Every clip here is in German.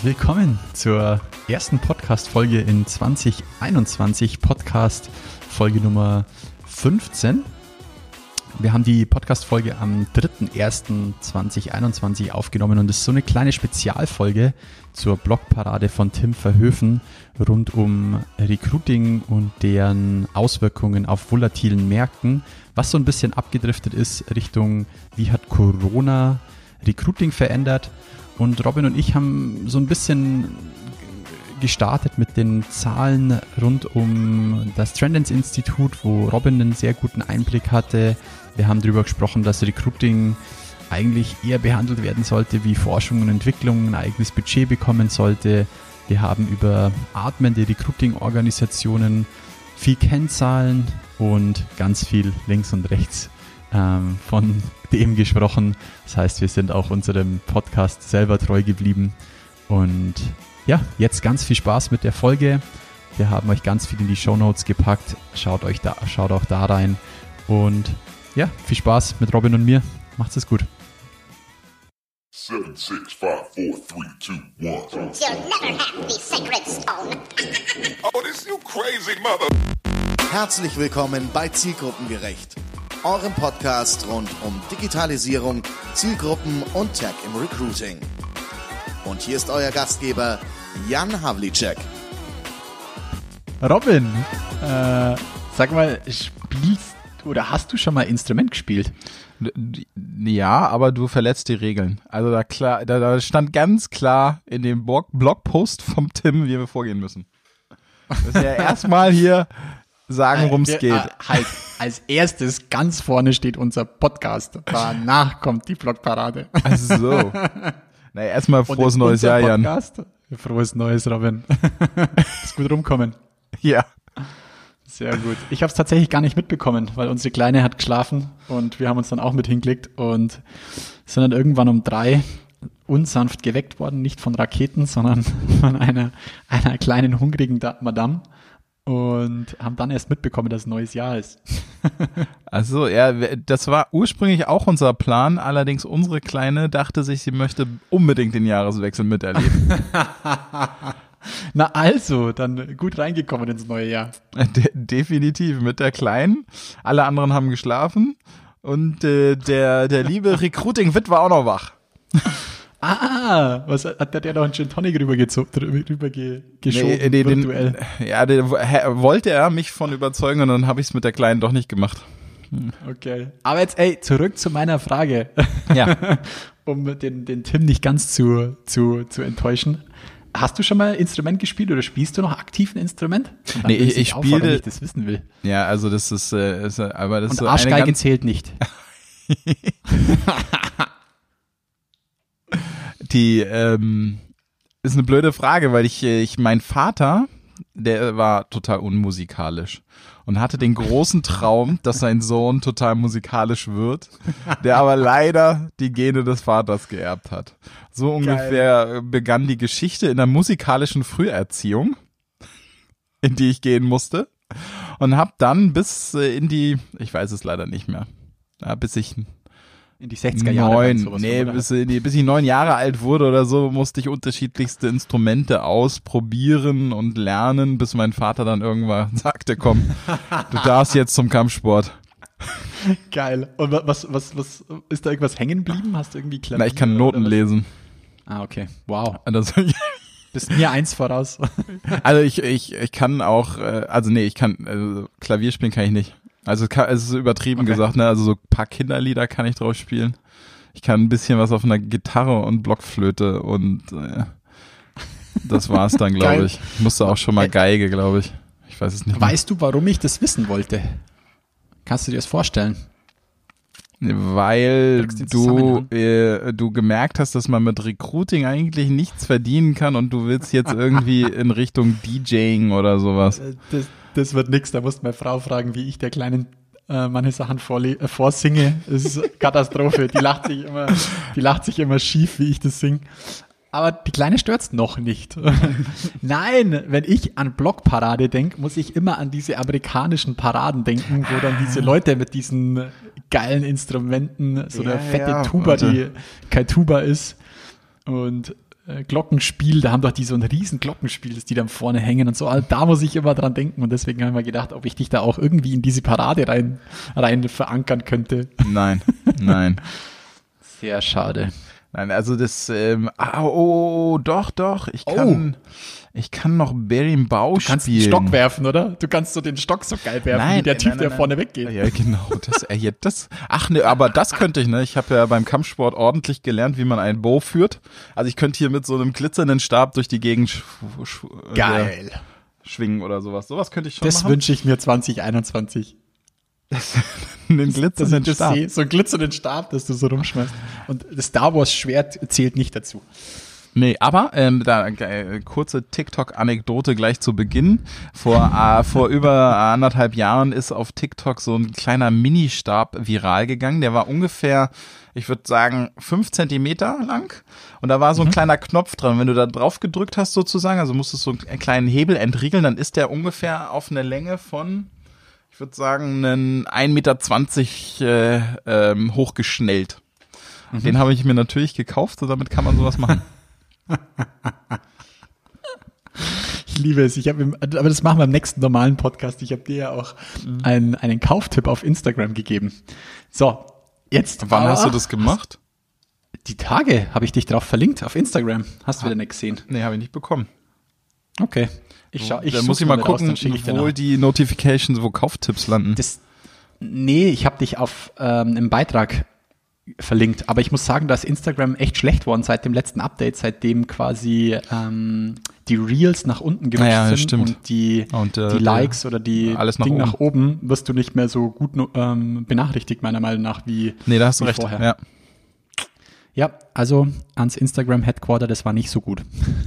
Willkommen zur ersten Podcast-Folge in 2021, Podcast-Folge Nummer 15. Wir haben die Podcast-Folge am 3.1.2021 aufgenommen und es ist so eine kleine Spezialfolge zur Blogparade von Tim Verhoeven rund um Recruiting und deren Auswirkungen auf volatilen Märkten, was so ein bisschen abgedriftet ist Richtung, wie hat Corona Recruiting verändert. Und Robin und ich haben so ein bisschen gestartet mit den Zahlen rund um das Trendens-Institut, wo Robin einen sehr guten Einblick hatte. Wir haben darüber gesprochen, dass Recruiting eigentlich eher behandelt werden sollte wie Forschung und Entwicklung, ein eigenes Budget bekommen sollte. Wir haben über atmende Recruiting-Organisationen viel Kennzahlen und ganz viel links und rechts von dem gesprochen. Das heißt, wir sind auch unserem Podcast selber treu geblieben. Und ja, jetzt ganz viel Spaß mit der Folge. Wir haben euch ganz viel in die Shownotes gepackt. Schaut auch da rein. Und ja, viel Spaß mit Robin und mir. Macht's es gut. 7, 6, 5, 4, 3, 2, 1. You'll never have the sacred stone. Oh, this you crazy mother. Herzlich willkommen bei Zielgruppengerecht, eurem Podcast rund um Digitalisierung, Zielgruppen und Tech im Recruiting. Und hier ist euer Gastgeber Jan Havlicek. Robin, sag mal, spielst oder hast du schon mal Instrument gespielt? Ja, aber du verletzt die Regeln. Also da stand ganz klar in dem Blogpost vom Tim, wie wir vorgehen müssen. Wir müssen ja erstmal hier sagen, worum es geht. Halt, als erstes ganz vorne steht unser Podcast. Danach kommt die Blogparade. Ach so. Na, erstmal frohes neues Jahr, Jan. Frohes neues, Robin. Ist gut rumkommen. Ja. Sehr gut. Ich habe es tatsächlich gar nicht mitbekommen, weil unsere Kleine hat geschlafen und wir haben uns dann auch mit hingelegt und sind dann irgendwann um 3 unsanft geweckt worden, nicht von Raketen, sondern von einer kleinen hungrigen Madame und haben dann erst mitbekommen, dass neues Jahr ist. Also ja, das war ursprünglich auch unser Plan, allerdings unsere Kleine dachte sich, sie möchte unbedingt den Jahreswechsel miterleben. Na also, dann gut reingekommen ins neue Jahr. Definitiv, mit der Kleinen. Alle anderen haben geschlafen und der liebe Recruiting-Witt war auch noch wach. Was hat der noch einen Gin Tonic rübergeschoben, virtuell? Wollte er mich von überzeugen und dann habe ich es mit der Kleinen doch nicht gemacht. Okay. Aber jetzt, zurück zu meiner Frage. Ja. Um den Tim nicht ganz zu enttäuschen. Hast du schon mal Instrument gespielt oder spielst du noch aktiv ein Instrument? Nee, ich spiele, wenn ich das wissen will. Ja, also das ist aber das und ist so Arschgeige zählt nicht. Die ist eine blöde Frage, weil mein Vater, der war total unmusikalisch und hatte den großen Traum, dass sein Sohn total musikalisch wird, der aber leider die Gene des Vaters geerbt hat. So ungefähr begann die Geschichte in der musikalischen Früherziehung, in die ich gehen musste und habe dann bis in die, ich weiß es leider nicht mehr, bis ich in die 60er Jahre. Bis ich 9 Jahre alt wurde oder so, musste ich unterschiedlichste Instrumente ausprobieren und lernen, bis mein Vater dann irgendwann sagte, komm, du darfst jetzt zum Kampfsport. Geil. Und was ist da irgendwas hängen geblieben? Hast du irgendwie Klavier? Na, ich kann Noten lesen. Ah, okay. Wow. Also, bist mir 1 voraus. Also ich kann auch, Klavier spielen kann ich nicht. Also es ist übertrieben gesagt, ne? Also so ein paar Kinderlieder kann ich drauf spielen. Ich kann ein bisschen was auf einer Gitarre und Blockflöte und das war's dann, glaube ich. Ich musste auch schon mal Geige, glaube ich. Ich weiß es nicht mehr. Weißt du, warum ich das wissen wollte? Kannst du dir das vorstellen? Weil du gemerkt hast, dass man mit Recruiting eigentlich nichts verdienen kann und du willst jetzt irgendwie in Richtung DJing oder sowas. Das wird nix, da musst du meine Frau fragen, wie ich der Kleinen manche Sachen vorsinge. Das ist Katastrophe, die lacht sich immer schief, wie ich das singe. Aber die Kleine stört's noch nicht. Nein, wenn ich an Blogparade denke, muss ich immer an diese amerikanischen Paraden denken, wo dann diese Leute mit diesen geilen Instrumenten, so eine fette Tuba, die kein Tuba ist. Und Glockenspiel, da haben doch die so ein riesen Glockenspiel, das die dann vorne hängen und so. Also da muss ich immer dran denken und deswegen haben wir gedacht, ob ich dich da auch irgendwie in diese Parade rein verankern könnte. Nein. Sehr schade. Nein, also das, doch, ich kann noch Berimbau spielen. Du kannst den Stock werfen, oder? Du kannst so den Stock so geil werfen, wie der Typ, der vorne weggeht. Ja, genau. Aber das könnte ich, ne? Ich habe ja beim Kampfsport ordentlich gelernt, wie man einen Bow führt. Also ich könnte hier mit so einem glitzernden Stab durch die Gegend Geil. Schwingen oder sowas. Sowas könnte ich schon machen. Das wünsche ich mir 2021. einen glitzernden Stab. So einen glitzernden Stab, dass du so rumschmeißt. Und das Star Wars Schwert zählt nicht dazu. Nee, aber kurze TikTok-Anekdote gleich zu Beginn. Vor über 1,5 Jahren ist auf TikTok so ein kleiner Ministab viral gegangen. Der war ungefähr, ich würde sagen, 5 Zentimeter lang. Und da war so ein kleiner Knopf dran. Wenn du da drauf gedrückt hast sozusagen, also musstest du einen kleinen Hebel entriegeln, dann ist der ungefähr auf eine Länge von, ich würde sagen, einen 1,20 Meter hochgeschnellt. Den habe ich mir natürlich gekauft und damit kann man sowas machen. Ich liebe es. Aber das machen wir im nächsten normalen Podcast. Ich habe dir ja auch einen Kauftipp auf Instagram gegeben. So, jetzt. Wann hast du das gemacht? Die Tage habe ich dich drauf verlinkt auf Instagram. Hast du wieder nicht gesehen? Nee, habe ich nicht bekommen. Okay. Da muss ich mal gucken, wo die Notifications, wo Kauftipps landen. Ich habe dich auf im Beitrag verlinkt, aber ich muss sagen, dass Instagram echt schlecht worden seit dem letzten Update, seitdem quasi die Reels nach unten gerutscht sind stimmt. und die Likes oder die Ding nach oben wirst du nicht mehr so gut benachrichtigt, meiner Meinung nach, wie da hast du recht. Vorher. Ja, also ans Instagram-Headquarter, das war nicht so gut.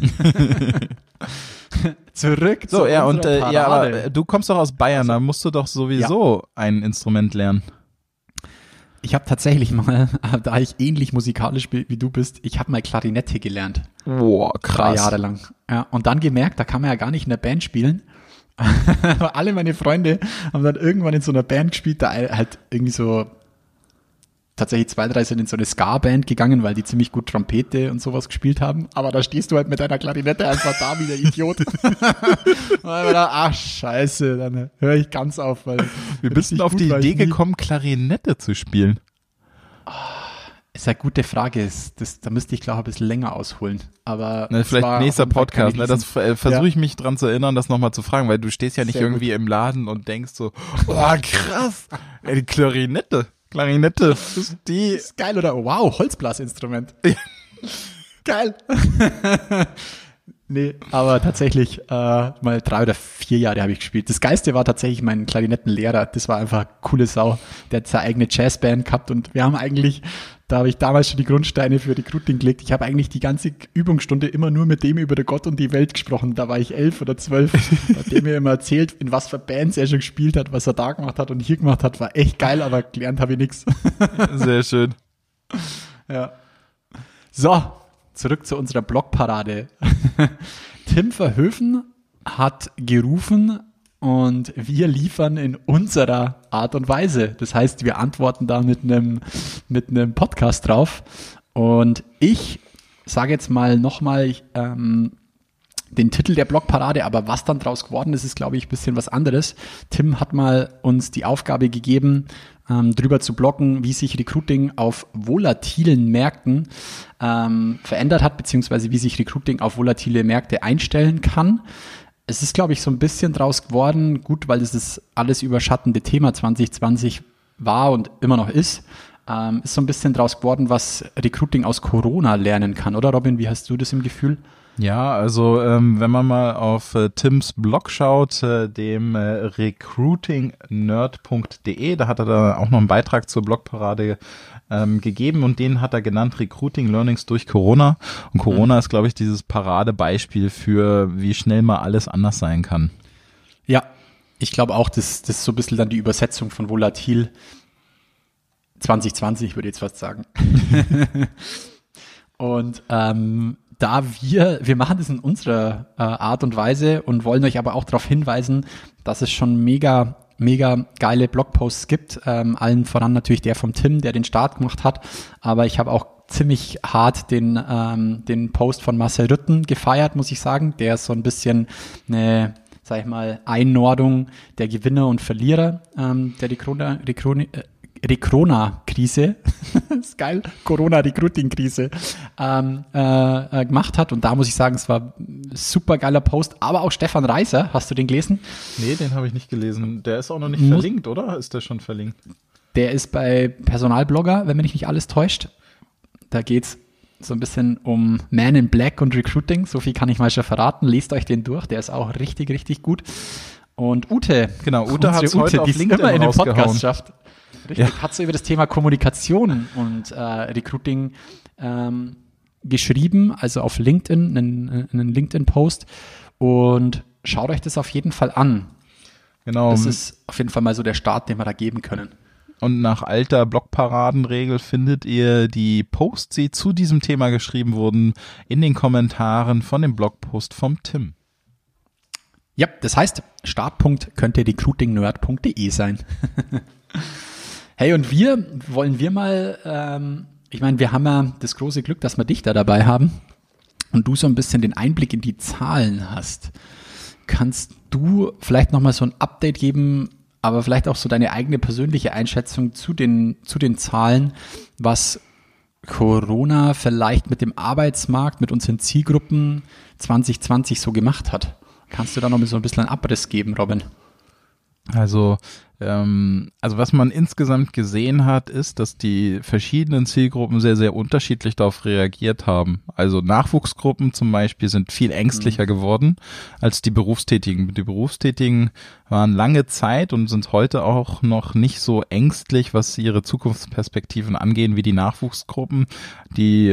Zurück zu unserer Parade. Aber du kommst doch aus Bayern, da musst du doch sowieso ein Instrument lernen. Ich habe tatsächlich mal, da ich ähnlich musikalisch bin wie du bist, ich habe mal Klarinette gelernt. Boah, krass. 3 Jahre lang. Ja, und dann gemerkt, da kann man ja gar nicht in der Band spielen. Alle meine Freunde haben dann irgendwann in so einer Band gespielt, da halt irgendwie so tatsächlich 2, 3 sind in so eine Ska-Band gegangen, weil die ziemlich gut Trompete und sowas gespielt haben. Aber da stehst du halt mit deiner Klarinette einfach da wie der Idiot. Und dann da, scheiße, dann höre ich ganz auf. Weil wir bist du auf die Idee gekommen, Klarinette zu spielen? Ist eine gute Frage. Da müsste ich, glaube ich, ein bisschen länger ausholen. Aber vielleicht nächster Podcast. Das versuche ich mich dran zu erinnern, das nochmal zu fragen, weil du stehst ja nicht irgendwie im Laden und denkst so, krass, die Klarinette, ist geil, oder? Wow, Holzblasinstrument. Geil. Nee, aber tatsächlich mal 3 oder 4 Jahre habe ich gespielt. Das Geilste war tatsächlich mein Klarinettenlehrer. Das war einfach eine coole Sau. Der hat seine eigene Jazzband gehabt und wir haben eigentlich, da habe ich damals schon die Grundsteine für Recruiting gelegt. Ich habe eigentlich die ganze Übungsstunde immer nur mit dem über Gott und die Welt gesprochen. Da war ich 11 oder 12. Hat der mir immer erzählt, in was für Bands er schon gespielt hat, was er da gemacht hat und hier gemacht hat. War echt geil, aber gelernt habe ich nichts. Sehr schön. Ja. So, zurück zu unserer Blogparade. Tim Verhoeven hat gerufen und wir liefern in unserer Art und Weise. Das heißt, wir antworten da mit einem Podcast drauf. Und ich sage jetzt mal nochmal den Titel der Blogparade, aber was dann draus geworden ist, ist, glaube ich, ein bisschen was anderes. Tim hat mal uns die Aufgabe gegeben, drüber zu bloggen, wie sich Recruiting auf volatilen Märkten verändert hat, beziehungsweise wie sich Recruiting auf volatile Märkte einstellen kann. Es ist, glaube ich, so ein bisschen draus geworden, gut, weil es das alles überschattende Thema 2020 war und immer noch ist. Ist so ein bisschen draus geworden, was Recruiting aus Corona lernen kann, oder Robin? Wie hast du das im Gefühl? Ja, also wenn man mal auf Tims Blog schaut, dem recruitingnerd.de, da hat er da auch noch einen Beitrag zur Blogparade gegeben und den hat er genannt Recruiting Learnings durch Corona. Und Corona ist, glaube ich, dieses Paradebeispiel für, wie schnell mal alles anders sein kann. Ja, ich glaube auch, das ist so ein bisschen dann die Übersetzung von volatil 2020, würde ich jetzt fast sagen. Und da wir machen das in unserer Art und Weise und wollen euch aber auch darauf hinweisen, dass es schon mega geile Blogposts gibt, allen voran natürlich der vom Tim, der den Start gemacht hat, aber ich habe auch ziemlich hart den Post von Marcel Rütten gefeiert, muss ich sagen. Der ist so ein bisschen eine, sag ich mal, Einordnung der Gewinner und Verlierer der Recrona-Krise, ist geil, Corona-Recruiting-Krise gemacht hat. Und da muss ich sagen, es war ein super geiler Post. Aber auch Stefan Reiser, hast du den gelesen? Nee, den habe ich nicht gelesen. Der ist auch noch nicht verlinkt, oder? Ist der schon verlinkt? Der ist bei Personalblogger, wenn mich nicht alles täuscht. Da geht's so ein bisschen um Man in Black und Recruiting. So viel kann ich mal schon verraten. Lest euch den durch. Der ist auch richtig, richtig gut. Und Ute. Genau, Ute hat es heute auf LinkedIn immer in den rausgehauen. Podcast schafft. Richtig, hat so über das Thema Kommunikation und Recruiting geschrieben, also auf LinkedIn, einen LinkedIn-Post. Und schaut euch das auf jeden Fall an. Genau. Das ist auf jeden Fall mal so der Start, den wir da geben können. Und nach alter Blogparadenregel findet ihr die Posts, die zu diesem Thema geschrieben wurden, in den Kommentaren von dem Blogpost vom Tim. Ja, das heißt, Startpunkt könnte recruitingnerd.de sein. Hey, und wollen wir mal, ich meine, wir haben ja das große Glück, dass wir dich da dabei haben und du so ein bisschen den Einblick in die Zahlen hast. Kannst du vielleicht nochmal so ein Update geben, aber vielleicht auch so deine eigene persönliche Einschätzung zu den Zahlen, was Corona vielleicht mit dem Arbeitsmarkt, mit unseren Zielgruppen 2020 so gemacht hat? Kannst du da noch mal so ein bisschen einen Abriss geben, Robin? Also was man insgesamt gesehen hat, ist, dass die verschiedenen Zielgruppen sehr, sehr unterschiedlich darauf reagiert haben. Also Nachwuchsgruppen zum Beispiel sind viel ängstlicher geworden als die Berufstätigen. Die Berufstätigen waren lange Zeit und sind heute auch noch nicht so ängstlich, was ihre Zukunftsperspektiven angehen, wie die Nachwuchsgruppen, die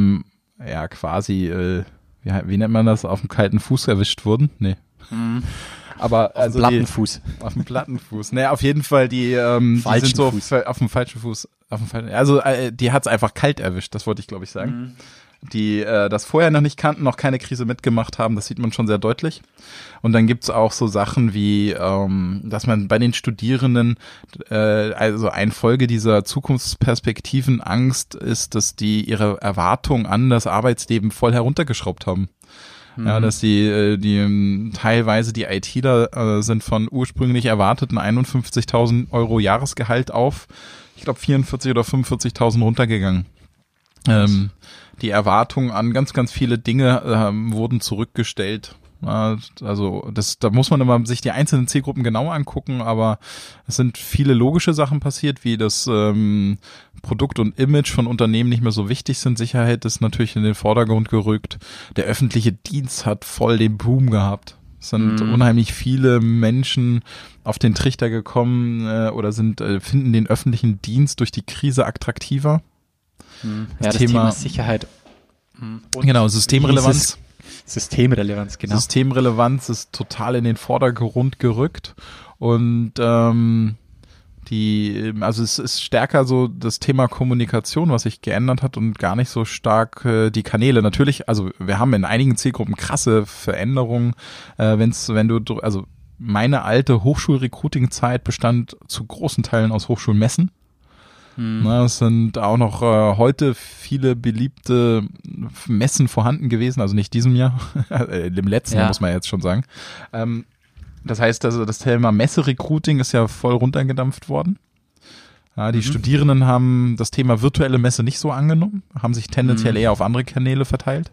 quasi, wie nennt man das, auf dem kalten Fuß erwischt wurden? Nee. Aber auf dem Plattenfuß. Auf dem Plattenfuß. Naja, auf jeden Fall, die sind so auf dem falschen Fuß. Also die hat's einfach kalt erwischt, das wollte ich, glaube ich, sagen. Die das vorher noch nicht kannten, noch keine Krise mitgemacht haben, das sieht man schon sehr deutlich. Und dann gibt's auch so Sachen wie, dass man bei den Studierenden, also eine Folge dieser Zukunftsperspektivenangst ist, dass die ihre Erwartungen an das Arbeitsleben voll heruntergeschraubt haben. Ja, dass die teilweise die ITler sind von ursprünglich erwarteten 51.000 Euro Jahresgehalt auf, ich glaube 44.000 oder 45.000 runtergegangen. Die Erwartungen an ganz, ganz viele Dinge wurden zurückgestellt. Also da muss man immer sich die einzelnen Zielgruppen genau angucken, aber es sind viele logische Sachen passiert, wie das Produkt und Image von Unternehmen nicht mehr so wichtig sind. Sicherheit ist natürlich in den Vordergrund gerückt. Der öffentliche Dienst hat voll den Boom gehabt. Es sind unheimlich viele Menschen auf den Trichter gekommen oder finden den öffentlichen Dienst durch die Krise attraktiver. Das Thema Sicherheit. Genau, Systemrelevanz. Systemrelevanz, genau. Systemrelevanz ist total in den Vordergrund gerückt und es ist stärker so das Thema Kommunikation, was sich geändert hat und gar nicht so stark die Kanäle. Natürlich, also wir haben in einigen Zielgruppen krasse Veränderungen, also meine alte Hochschulrecruiting-Zeit bestand zu großen Teilen aus Hochschulmessen. Es sind auch noch heute viele beliebte Messen vorhanden gewesen, also nicht diesem Jahr, im letzten Jahr muss man jetzt schon sagen. Das heißt, also das Thema Messerecruiting ist ja voll runtergedampft worden. Ja, die Studierenden haben das Thema virtuelle Messe nicht so angenommen, haben sich tendenziell eher auf andere Kanäle verteilt.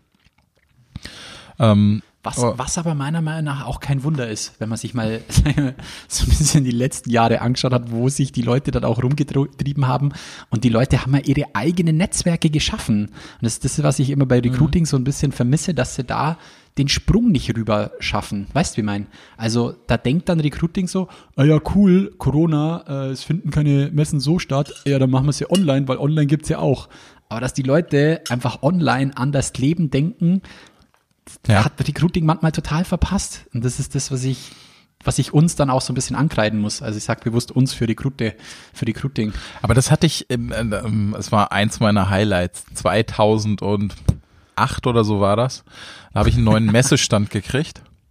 Was aber meiner Meinung nach auch kein Wunder ist, wenn man sich mal so ein bisschen die letzten Jahre angeschaut hat, wo sich die Leute dann auch rumgetrieben haben. Und die Leute haben ja ihre eigenen Netzwerke geschaffen. Und das ist, was ich immer bei Recruiting so ein bisschen vermisse, dass sie da den Sprung nicht rüber schaffen. Weißt du, wie ich meine? Also da denkt dann Recruiting so, ja cool, Corona, es finden keine Messen so statt, ja dann machen wir es ja online, weil online gibt's ja auch. Aber dass die Leute einfach online an das Leben denken, hat Recruiting manchmal total verpasst. Und das ist das, was ich uns dann auch so ein bisschen ankreiden muss. Also ich sage bewusst uns für Recruiting. Aber das hatte ich, es war eins meiner Highlights, 2008 oder so war das. Da habe ich einen neuen Messestand gekriegt.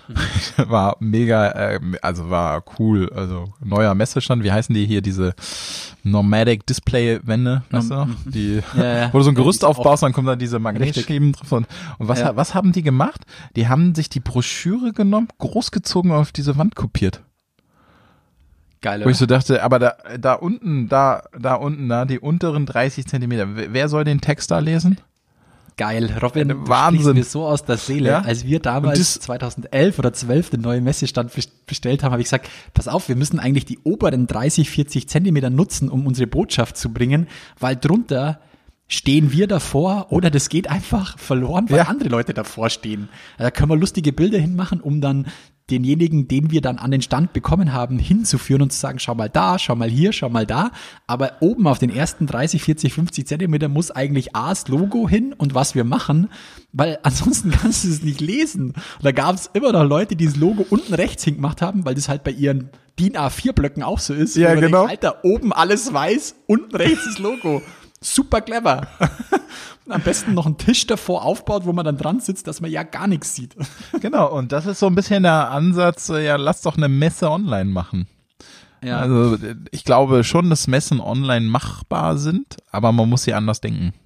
War mega, also war cool. Also neuer Messestand, wie heißen die hier, diese Nomadic Display-Wände, weißt du? Die, wo du so ein Gerüst aufbaust, dann kommen da diese Magnetscheiben drauf. Und was haben die gemacht? Die haben sich die Broschüre genommen, großgezogen auf diese Wand kopiert. Geil, Wo ich so dachte, aber da unten, die unteren 30 Zentimeter, wer soll den Text da lesen? Geil, Robin, du Wahnsinn. sprichst mir so aus der Seele. Ja? Als wir damals 2011 oder 12 den neuen Messestand bestellt haben, habe ich gesagt, pass auf, wir müssen eigentlich die oberen 30, 40 Zentimeter nutzen, um unsere Botschaft zu bringen, weil drunter stehen wir davor oder das geht einfach verloren, weil andere Leute davor stehen. Da können wir lustige Bilder hinmachen, um dann denjenigen, den wir dann an den Stand bekommen haben, hinzuführen und zu sagen, schau mal da, schau mal hier, schau mal da. Aber oben auf den ersten 30, 40, 50 Zentimeter muss eigentlich das Logo hin und was wir machen, weil ansonsten kannst du es nicht lesen. Und da gab es immer noch Leute, die das Logo unten rechts hingemacht haben, weil das halt bei ihren DIN A4-Blöcken auch so ist. Ja, genau. Denkt, Alter, oben alles weiß, unten rechts das Logo. Super clever. Am besten noch einen Tisch davor aufbaut, wo man dann dran sitzt, dass man ja gar nichts sieht. Genau, und das ist so ein bisschen der Ansatz, ja, lass doch eine Messe online machen. Ja. Also ich glaube schon, dass Messen online machbar sind, aber man muss sie anders denken.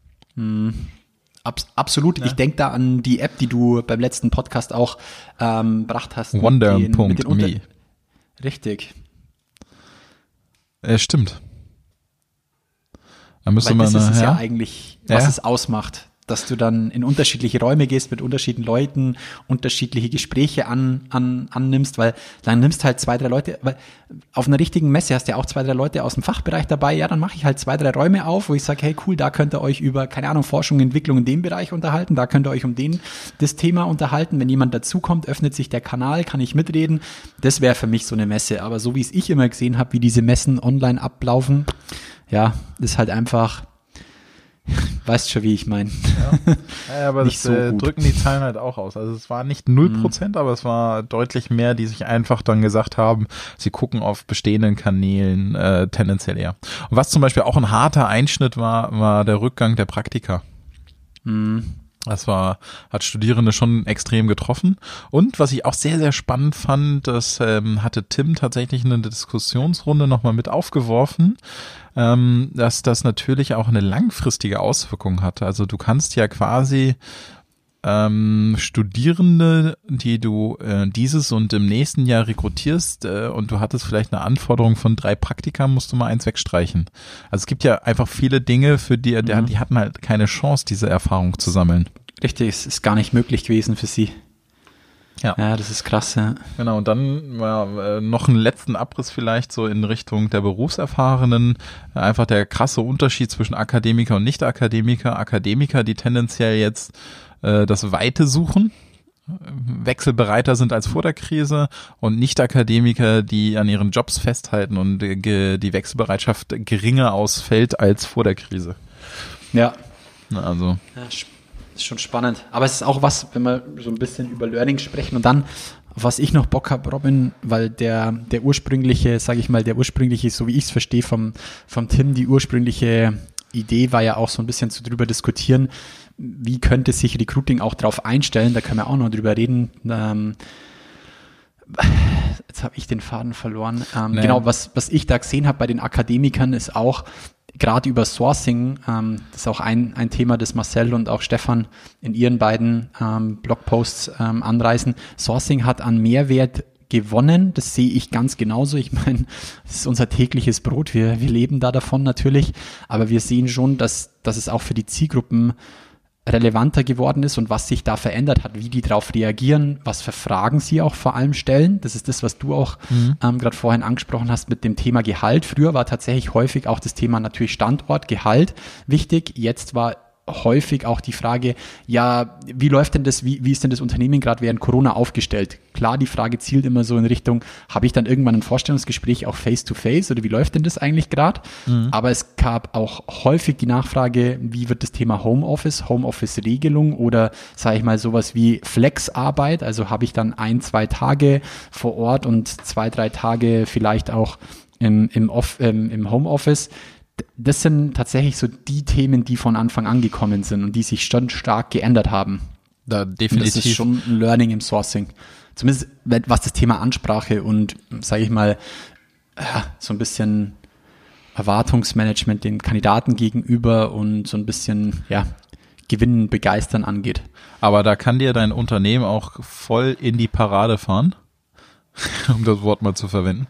Absolut. Ja. Ich denke da an die App, die du beim letzten Podcast auch gebracht hast. Wonder.me. Richtig. Stimmt. Da müsste Weil man, das ist es ja eigentlich, was es ausmacht, dass du dann in unterschiedliche Räume gehst, mit unterschiedlichen Leuten, unterschiedliche Gespräche annimmst, weil dann nimmst halt 2, 3 Leute, weil auf einer richtigen Messe hast du ja auch 2, 3 Leute aus dem Fachbereich dabei, ja, dann mache ich halt 2, 3 Räume auf, wo ich sage, hey cool, da könnt ihr euch über, keine Ahnung, Forschung, Entwicklung in dem Bereich unterhalten, da könnt ihr euch um das Thema unterhalten, wenn jemand dazukommt, öffnet sich der Kanal, kann ich mitreden, das wäre für mich so eine Messe, aber so wie es ich immer gesehen habe, wie diese Messen online ablaufen, ja, ist halt einfach, weißt schon, wie ich meine. Ja, aber nicht das so gut. drücken die Zahlen halt auch aus. Also es war nicht 0%, aber es war deutlich mehr, die sich einfach dann gesagt haben, sie gucken auf bestehenden Kanälen tendenziell eher. Und was zum Beispiel auch ein harter Einschnitt war der Rückgang der Praktika. Das hat Studierende schon extrem getroffen. Und was ich auch sehr, sehr spannend fand, das hatte Tim tatsächlich in eine Diskussionsrunde nochmal mit aufgeworfen, dass das natürlich auch eine langfristige Auswirkung hat. Also du kannst ja quasi Studierende, die du dieses und im nächsten Jahr rekrutierst und du hattest vielleicht eine Anforderung von 3 Praktika, musst du mal 1 wegstreichen. Also es gibt ja einfach viele Dinge, für die hatten halt keine Chance, diese Erfahrung zu sammeln. Richtig, es ist gar nicht möglich gewesen für sie. Ja, das ist krass, ja. Genau, und dann noch einen letzten Abriss vielleicht so in Richtung der Berufserfahrenen. Einfach der krasse Unterschied zwischen Akademiker und Nicht-Akademiker. Akademiker, die tendenziell jetzt das Weite suchen, wechselbereiter sind als vor der Krise, und Nicht-Akademiker, die an ihren Jobs festhalten und die Wechselbereitschaft geringer ausfällt als vor der Krise. Ja. Also. Ja, ist schon spannend. Aber es ist auch was, wenn wir so ein bisschen über Learning sprechen und dann, auf was ich noch Bock habe, Robin, weil der ursprüngliche, so wie ich es verstehe vom Tim, die ursprüngliche Idee war ja auch so ein bisschen zu drüber diskutieren, wie könnte sich Recruiting auch drauf einstellen, da können wir auch noch drüber reden. Jetzt habe ich den Faden verloren. Genau, was ich da gesehen habe bei den Akademikern ist auch, gerade über Sourcing, das ist auch ein Thema, das Marcel und auch Stefan in ihren beiden Blogposts anreißen. Sourcing hat an Mehrwert gewonnen, das sehe ich ganz genauso. Ich meine, das ist unser tägliches Brot, wir leben da davon natürlich, aber wir sehen schon, dass es auch für die Zielgruppen relevanter geworden ist und was sich da verändert hat, wie die darauf reagieren, was für Fragen sie auch vor allem stellen. Das ist das, was du auch gerade vorhin angesprochen hast mit dem Thema Gehalt. Früher war tatsächlich häufig auch das Thema natürlich Standort, Gehalt wichtig. Jetzt war häufig auch die Frage, ja, wie läuft denn das, wie ist denn das Unternehmen gerade während Corona aufgestellt? Klar, die Frage zielt immer so in Richtung, habe ich dann irgendwann ein Vorstellungsgespräch auch face-to-face oder wie läuft denn das eigentlich gerade? Aber es gab auch häufig die Nachfrage, wie wird das Thema Homeoffice-Regelung oder sage ich mal sowas wie Flexarbeit, also habe ich dann 1, 2 Tage vor Ort und 2, 3 Tage vielleicht auch im Homeoffice. Das sind tatsächlich so die Themen, die von Anfang an gekommen sind und die sich schon stark geändert haben. Da Und definitiv. das ist schon ein Learning im Sourcing. Zumindest was das Thema Ansprache und, sage ich mal, so ein bisschen Erwartungsmanagement den Kandidaten gegenüber und so ein bisschen, Gewinnen, Begeistern angeht. Aber da kann dir dein Unternehmen auch voll in die Parade fahren, um das Wort mal zu verwenden.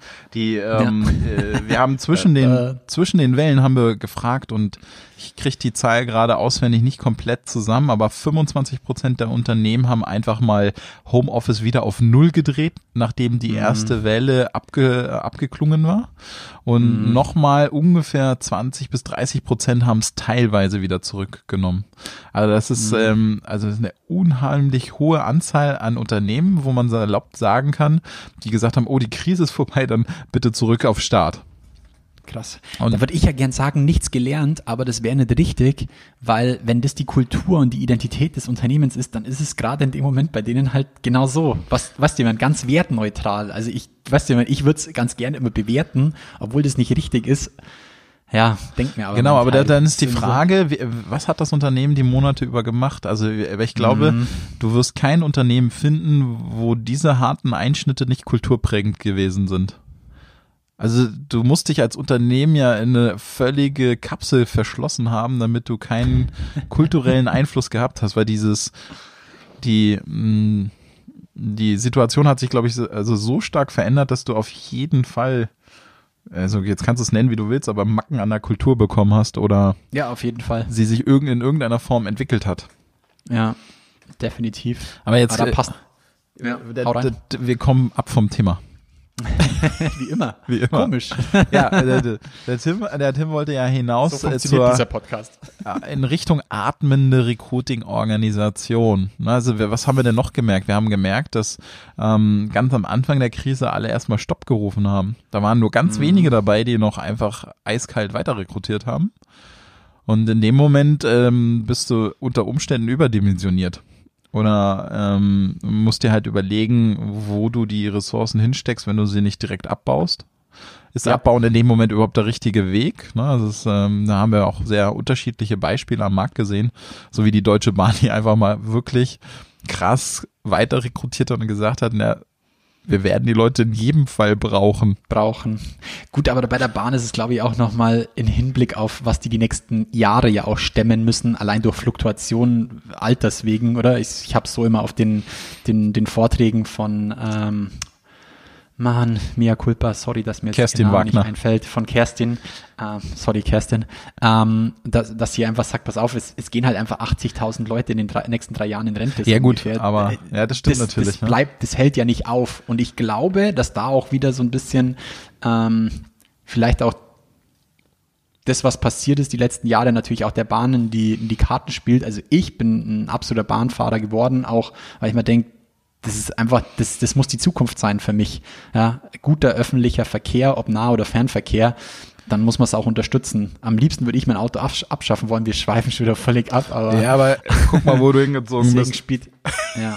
Wir haben zwischen den Wellen haben wir gefragt und ich kriege die Zahl gerade auswendig nicht komplett zusammen, aber 25% der Unternehmen haben einfach mal Homeoffice wieder auf Null gedreht, nachdem die erste Welle abgeklungen war. Und nochmal ungefähr 20-30% haben es teilweise wieder zurückgenommen. Also das ist das ist eine unheimlich hohe Anzahl an Unternehmen, wo man salopp sagen kann, die gesagt haben, oh, die Krise ist vorbei, dann bitte zurück auf Start. Krass. Und da würde ich ja gern sagen, nichts gelernt, aber das wäre nicht richtig, weil wenn das die Kultur und die Identität des Unternehmens ist, dann ist es gerade in dem Moment bei denen halt genau so. Was jemand ganz wertneutral. Also ich würde es ganz gerne immer bewerten, obwohl das nicht richtig ist. Ja, denk mir aber. Genau, aber dann ist die Frage, was hat das Unternehmen die Monate über gemacht? Also ich glaube, du wirst kein Unternehmen finden, wo diese harten Einschnitte nicht kulturprägend gewesen sind. Also du musst dich als Unternehmen ja in eine völlige Kapsel verschlossen haben, damit du keinen kulturellen Einfluss gehabt hast, weil die Situation hat sich, glaube ich, so stark verändert, dass du auf jeden Fall, also jetzt kannst du es nennen, wie du willst, aber Macken an der Kultur bekommen hast oder ja, auf jeden Fall. Sie sich in irgendeiner Form entwickelt hat. Ja, definitiv. Aber jetzt da passt. Wir kommen ab vom Thema. Wie immer. Komisch. Ja, der Tim wollte ja hinaus so dieser Podcast. In Richtung atmende Recruiting-Organisation. Also was haben wir denn noch gemerkt? Wir haben gemerkt, dass ganz am Anfang der Krise alle erstmal Stopp gerufen haben. Da waren nur ganz wenige dabei, die noch einfach eiskalt weiter rekrutiert haben. Und in dem Moment bist du unter Umständen überdimensioniert. Oder musst dir halt überlegen, wo du die Ressourcen hinsteckst, wenn du sie nicht direkt abbaust. Ist Abbauen in dem Moment überhaupt der richtige Weg? Ne? Also da haben wir auch sehr unterschiedliche Beispiele am Markt gesehen, so wie die Deutsche Bahn, die einfach mal wirklich krass weiter rekrutiert hat und gesagt hat, wir werden die Leute in jedem Fall brauchen. Gut, aber bei der Bahn ist es, glaube ich, auch nochmal in Hinblick auf, was die nächsten Jahre ja auch stemmen müssen, allein durch Fluktuation Alters wegen, oder? Ich habe so immer auf den Vorträgen von mea culpa, sorry, dass mir jetzt Kerstin der Name nicht Wagner einfällt, von Kerstin, sorry Kerstin, dass sie einfach sagt, pass auf, es gehen halt einfach 80.000 Leute in den nächsten 3 Jahren in Rente. Ja gut, aber das stimmt natürlich. Das hält ja nicht auf und ich glaube, dass da auch wieder so ein bisschen vielleicht auch das, was passiert ist die letzten Jahre, natürlich auch der Bahn in die Karten spielt. Also ich bin ein absoluter Bahnfahrer geworden, auch weil ich mir denke, das ist einfach, das muss die Zukunft sein für mich. Ja, guter öffentlicher Verkehr, ob Nah- oder Fernverkehr, dann muss man es auch unterstützen. Am liebsten würde ich mein Auto abschaffen wollen. Wir schweifen schon wieder völlig ab. Aber guck mal, wo du hingezogen bist. Ja.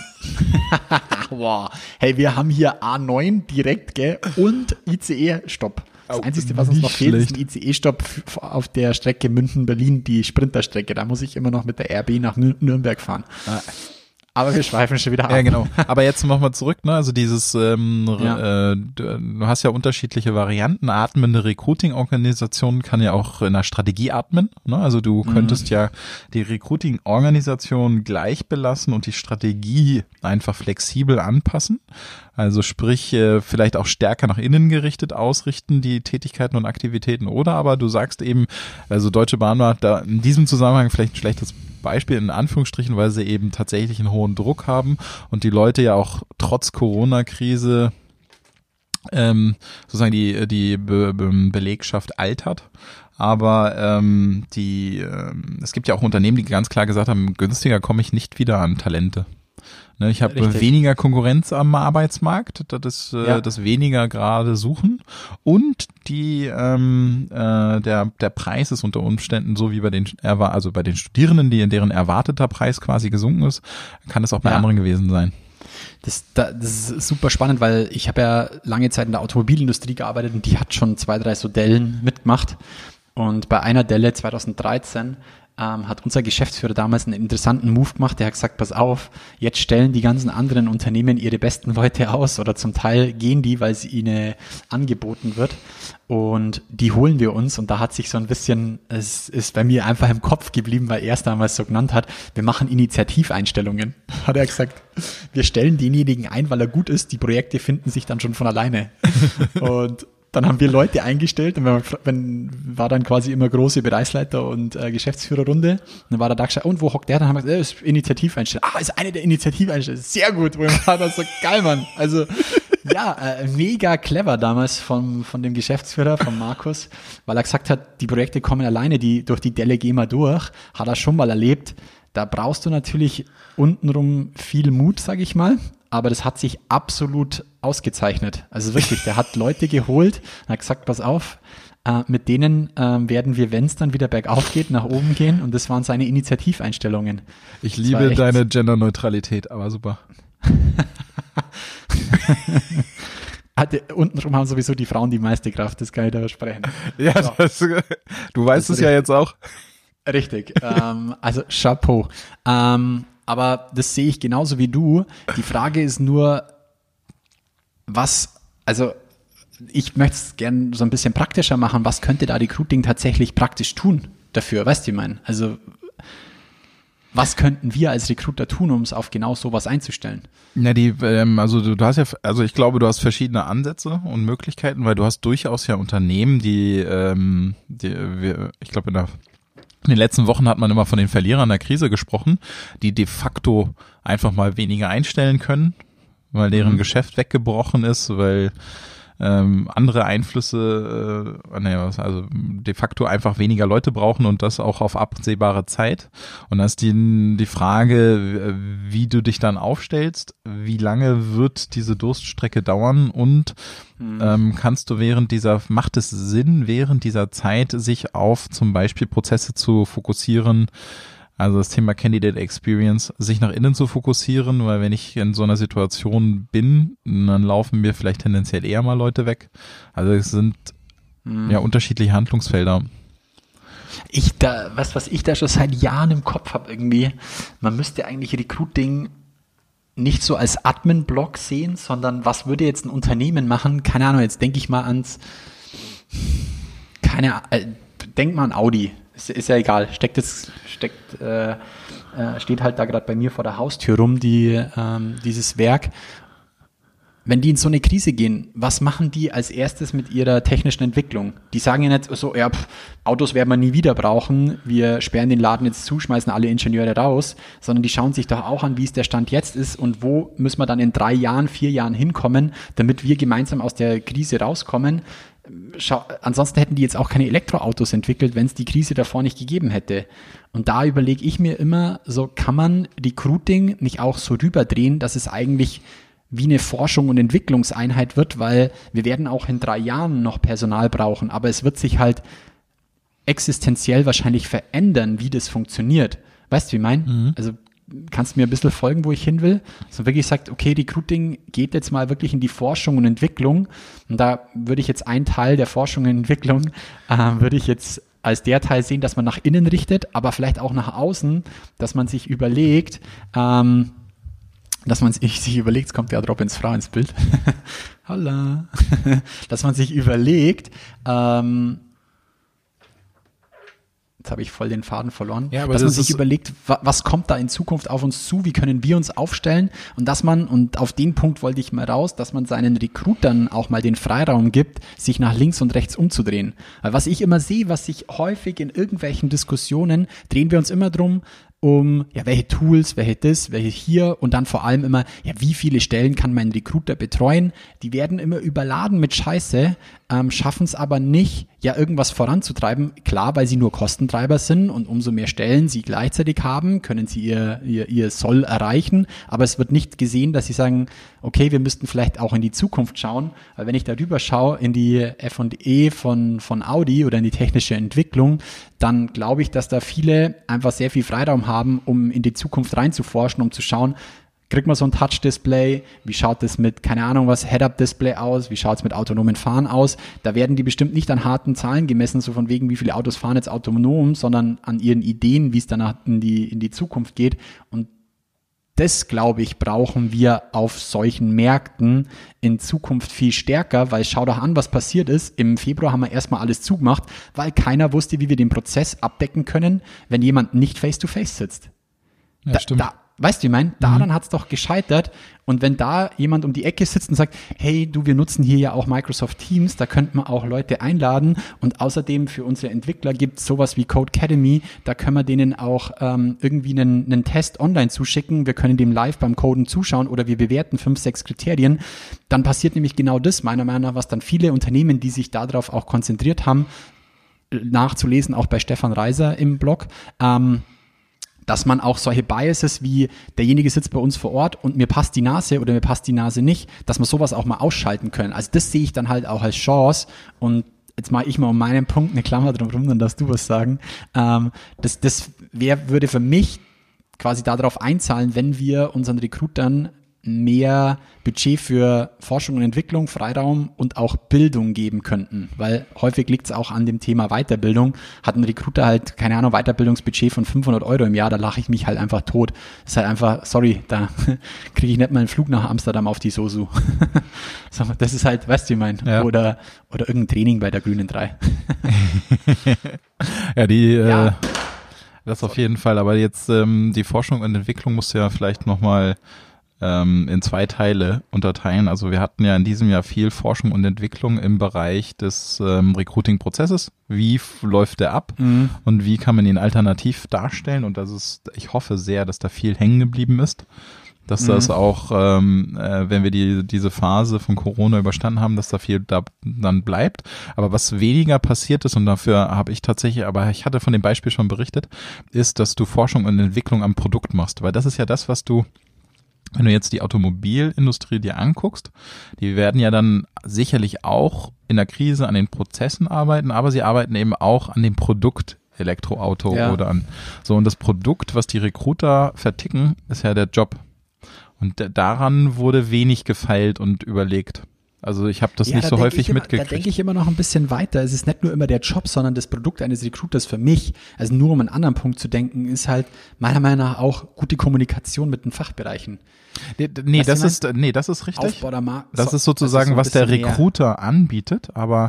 Wow. Hey, wir haben hier A9 direkt, gell? Und ICE-Stopp. Das Einzige, was uns noch fehlt, ist ein ICE-Stopp auf der Strecke München-Berlin, die Sprinterstrecke. Da muss ich immer noch mit der RB nach Nürnberg fahren. Aber wir schweifen schon wieder ab. Ja, genau. Aber jetzt nochmal zurück, ne? Also dieses, du hast ja unterschiedliche Varianten. Atmende Recruiting-Organisation kann ja auch in der Strategie atmen, ne? Also du könntest ja die Recruiting-Organisation gleich belassen und die Strategie einfach flexibel anpassen. Also sprich, vielleicht auch stärker nach innen gerichtet ausrichten, die Tätigkeiten und Aktivitäten. Oder aber du sagst eben, also Deutsche Bahn war da in diesem Zusammenhang vielleicht ein schlechtes Beispiel in Anführungsstrichen, weil sie eben tatsächlich einen hohen Druck haben und die Leute ja auch trotz Corona-Krise sozusagen die Belegschaft altert. Aber es gibt ja auch Unternehmen, die ganz klar gesagt haben, günstiger komme ich nicht wieder an Talente. Ne, ich habe weniger Konkurrenz am Arbeitsmarkt, das weniger gerade suchen und der Preis ist unter Umständen so wie bei den Studierenden, deren erwarteter Preis quasi gesunken ist, kann es auch bei anderen gewesen sein. Das ist super spannend, weil ich habe ja lange Zeit in der Automobilindustrie gearbeitet und die hat schon 2, 3 so Dellen mitgemacht. Und bei einer Delle 2013 hat unser Geschäftsführer damals einen interessanten Move gemacht. Der hat gesagt, pass auf, jetzt stellen die ganzen anderen Unternehmen ihre besten Leute aus oder zum Teil gehen die, weil sie ihnen angeboten wird. Und die holen wir uns. Und da hat sich so ein bisschen, es ist bei mir einfach im Kopf geblieben, weil er es damals so genannt hat, wir machen Initiativeinstellungen. Hat er gesagt, wir stellen denjenigen ein, weil er gut ist. Die Projekte finden sich dann schon von alleine. Und dann haben wir Leute eingestellt und war dann quasi immer große Bereichsleiter und Geschäftsführerrunde. Und dann war der da geschaut, und wo hockt der? Dann haben wir gesagt, das ist Initiativeinstellung. Ist eine der Initiativeinstellungen. Sehr gut. Wo war das so geil, Mann. Also, ja, mega clever damals von dem Geschäftsführer, von Markus, weil er gesagt hat, die Projekte kommen alleine, durch die Delle gehen wir durch. Hat er schon mal erlebt. Da brauchst du natürlich untenrum viel Mut, sag ich mal. Aber das hat sich absolut ausgezeichnet. Also wirklich, der hat Leute geholt und hat gesagt, pass auf, mit denen werden wir, wenn es dann wieder bergauf geht, nach oben gehen. Und das waren seine Initiativeinstellungen. Ich liebe deine Genderneutralität, aber super. Untenrum haben sowieso die Frauen die meiste Kraft, das kann ich da versprechen. Ja, so. Du weißt es ja jetzt auch. Richtig, also Chapeau. Aber das sehe ich genauso wie du. Die Frage ist nur, ich möchte es gerne so ein bisschen praktischer machen. Was könnte da Recruiting tatsächlich praktisch tun dafür? Weißt du, ich meine? Also, was könnten wir als Recruiter tun, um es auf genau sowas einzustellen? Ja, du hast ja, also ich glaube, du hast verschiedene Ansätze und Möglichkeiten, weil du hast durchaus ja Unternehmen, ich glaube, in den letzten Wochen hat man immer von den Verlierern der Krise gesprochen, die de facto einfach mal weniger einstellen können, weil deren Geschäft weggebrochen ist, weil andere Einflüsse, also de facto einfach weniger Leute brauchen und das auch auf absehbare Zeit. Und da ist die Frage, wie du dich dann aufstellst, wie lange wird diese Durststrecke dauern und kannst du macht es Sinn, während dieser Zeit sich auf zum Beispiel Prozesse zu fokussieren, also das Thema Candidate Experience, sich nach innen zu fokussieren, weil wenn ich in so einer Situation bin, dann laufen mir vielleicht tendenziell eher mal Leute weg. Also es sind ja unterschiedliche Handlungsfelder. Was ich da schon seit Jahren im Kopf habe irgendwie, man müsste eigentlich Recruiting nicht so als Admin-Block sehen, sondern was würde jetzt ein Unternehmen machen? Keine Ahnung, jetzt denke ich mal denk mal an Audi. Ist ja egal, steht halt da gerade bei mir vor der Haustür rum, dieses Werk. Wenn die in so eine Krise gehen, was machen die als erstes mit ihrer technischen Entwicklung? Die sagen ja nicht so, Autos werden wir nie wieder brauchen, wir sperren den Laden jetzt zu, schmeißen alle Ingenieure raus, sondern die schauen sich doch auch an, wie es der Stand jetzt ist und wo müssen wir dann in 3 Jahren, 4 Jahren hinkommen, damit wir gemeinsam aus der Krise rauskommen. Ansonsten hätten die jetzt auch keine Elektroautos entwickelt, wenn es die Krise davor nicht gegeben hätte. Und da überlege ich mir immer, so kann man Recruiting nicht auch so rüberdrehen, dass es eigentlich wie eine Forschung- und Entwicklungseinheit wird, weil wir werden auch in 3 Jahren noch Personal brauchen, aber es wird sich halt existenziell wahrscheinlich verändern, wie das funktioniert. Weißt du, wie ich meine? Also kannst du mir ein bisschen folgen, wo ich hin will? Also wirklich sagt, okay, Recruiting geht jetzt mal wirklich in die Forschung und Entwicklung und da würde ich jetzt einen Teil der Forschung und Entwicklung, würde ich jetzt als der Teil sehen, dass man nach innen richtet, aber vielleicht auch nach außen, dass man sich überlegt, jetzt kommt der Robins Frau ins Bild, Holla, dass man sich überlegt, jetzt habe ich voll den Faden verloren, ja, aber dass man sich überlegt, was kommt da in Zukunft auf uns zu, wie können wir uns aufstellen und und auf den Punkt wollte ich mal raus, dass man seinen Recruitern auch mal den Freiraum gibt, sich nach links und rechts umzudrehen. Weil was ich immer sehe, was sich häufig in irgendwelchen Diskussionen, drehen wir uns immer drum, welche Tools, welche hier und dann vor allem immer, wie viele Stellen kann mein Recruiter betreuen? Die werden immer überladen mit Scheiße, schaffen es aber nicht, irgendwas voranzutreiben. Klar, weil sie nur Kostentreiber sind und umso mehr Stellen sie gleichzeitig haben, können sie ihr Soll erreichen, aber es wird nicht gesehen, dass sie sagen, okay, wir müssten vielleicht auch in die Zukunft schauen, weil wenn ich darüber schaue in die F&E von Audi oder in die technische Entwicklung, dann glaube ich, dass da viele einfach sehr viel Freiraum haben, um in die Zukunft reinzuforschen, um zu schauen, kriegt man so ein Touch-Display, wie schaut das mit, keine Ahnung was, Head-Up-Display aus, wie schaut es mit autonomen Fahren aus, da werden die bestimmt nicht an harten Zahlen gemessen, so von wegen, wie viele Autos fahren jetzt autonom, sondern an ihren Ideen, wie es danach in die Zukunft geht. Und das, glaube ich, brauchen wir auf solchen Märkten in Zukunft viel stärker, weil schau doch an, was passiert ist. Im Februar haben wir erstmal alles zugemacht, weil keiner wusste, wie wir den Prozess abdecken können, wenn jemand nicht face-to-face sitzt. Ja, stimmt. Weißt du, wie ich meine? Daran hat's doch gescheitert. Und wenn da jemand um die Ecke sitzt und sagt, hey, du, wir nutzen hier ja auch Microsoft Teams, da könnten wir auch Leute einladen. Und außerdem für unsere Entwickler gibt's sowas wie Codecademy, da können wir denen auch irgendwie einen Test online zuschicken. Wir können dem live beim Coden zuschauen oder wir bewerten 5, 6 Kriterien. Dann passiert nämlich genau das, meiner Meinung nach, was dann viele Unternehmen, die sich darauf auch konzentriert haben, nachzulesen, auch bei Stefan Reiser im Blog, dass man auch solche Biases wie derjenige sitzt bei uns vor Ort und mir passt die Nase oder mir passt die Nase nicht, dass man sowas auch mal ausschalten können. Also das sehe ich dann halt auch als Chance und jetzt mache ich mal um meinen Punkt eine Klammer drum rum, dann darfst du was sagen. Würde für mich quasi darauf einzahlen, wenn wir unseren Recruitern mehr Budget für Forschung und Entwicklung, Freiraum und auch Bildung geben könnten, weil häufig liegt es auch an dem Thema Weiterbildung. Hat ein Recruiter halt, keine Ahnung, Weiterbildungsbudget von 500 € im Jahr, da lache ich mich halt einfach tot. Das ist halt einfach, sorry, da kriege ich nicht mal einen Flug nach Amsterdam auf die SOSU. Das ist halt, weißt du, wie ich meine? Ja. Oder irgendein Training bei der Grünen 3. Ja, das auf jeden Fall, aber jetzt die Forschung und Entwicklung musst du ja vielleicht nochmal in 2 Teile unterteilen. Also wir hatten ja in diesem Jahr viel Forschung und Entwicklung im Bereich des Recruiting-Prozesses. Wie läuft der ab und wie kann man ihn alternativ darstellen? Und ich hoffe sehr, dass da viel hängen geblieben ist. Dass das auch, wenn wir diese Phase von Corona überstanden haben, dass da viel dann bleibt. Aber was weniger passiert ist, und dafür habe ich tatsächlich, aber ich hatte von dem Beispiel schon berichtet, ist, dass du Forschung und Entwicklung am Produkt machst. Weil das ist ja das, was du, wenn du jetzt die Automobilindustrie dir anguckst, die werden ja dann sicherlich auch in der Krise an den Prozessen arbeiten, aber sie arbeiten eben auch an dem Produkt Elektroauto oder an so. Und das Produkt, was die Recruiter verticken, ist ja der Job. Und daran wurde wenig gefeilt und überlegt. Also ich habe das nicht so häufig mitgekriegt. Da denke ich immer noch ein bisschen weiter. Es ist nicht nur immer der Job, sondern das Produkt eines Recruiters für mich, also nur um einen anderen Punkt zu denken, ist halt meiner Meinung nach auch gute Kommunikation mit den Fachbereichen. Nee, das ist richtig. Aufbau der das ist sozusagen, so was der Recruiter anbietet, aber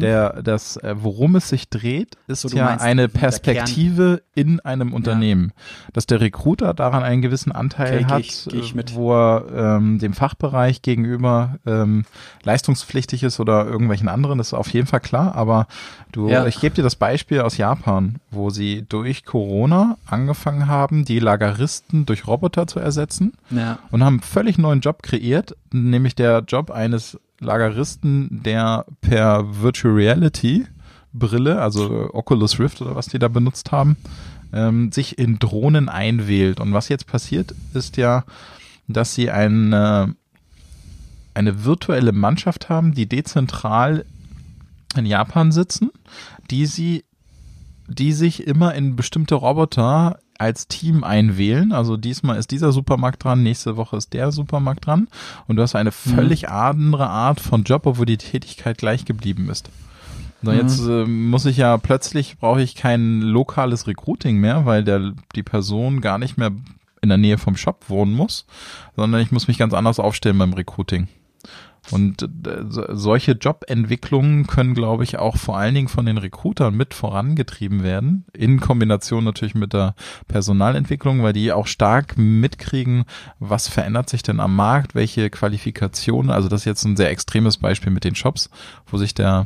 worum es sich dreht, ist so, ja eine Perspektive in einem Unternehmen. Dass der Recruiter daran einen gewissen Anteil hat, wo er dem Fachbereich gegenüber leistungspflichtig ist oder irgendwelchen anderen, das ist auf jeden Fall klar, aber ich gebe dir das Beispiel aus Japan, wo sie durch Corona angefangen haben, die Lageristen durch Roboter zu ersetzen. Ja. Und haben einen völlig neuen Job kreiert, nämlich der Job eines Lageristen, der per Virtual Reality Brille, also Oculus Rift oder was die da benutzt haben, sich in Drohnen einwählt. Und was jetzt passiert, ist ja, dass sie eine virtuelle Mannschaft haben, die dezentral in Japan sitzen, die sich immer in bestimmte Roboter als Team einwählen. Also diesmal ist dieser Supermarkt dran, nächste Woche ist der Supermarkt dran und du hast eine völlig andere Art von Job, obwohl die Tätigkeit gleich geblieben ist. So, jetzt brauche ich kein lokales Recruiting mehr, weil die Person gar nicht mehr in der Nähe vom Shop wohnen muss, sondern ich muss mich ganz anders aufstellen beim Recruiting. Und solche Jobentwicklungen können, glaube ich, auch vor allen Dingen von den Recruitern mit vorangetrieben werden, in Kombination natürlich mit der Personalentwicklung, weil die auch stark mitkriegen, was verändert sich denn am Markt, welche Qualifikationen, also das ist jetzt ein sehr extremes Beispiel mit den Shops, wo sich der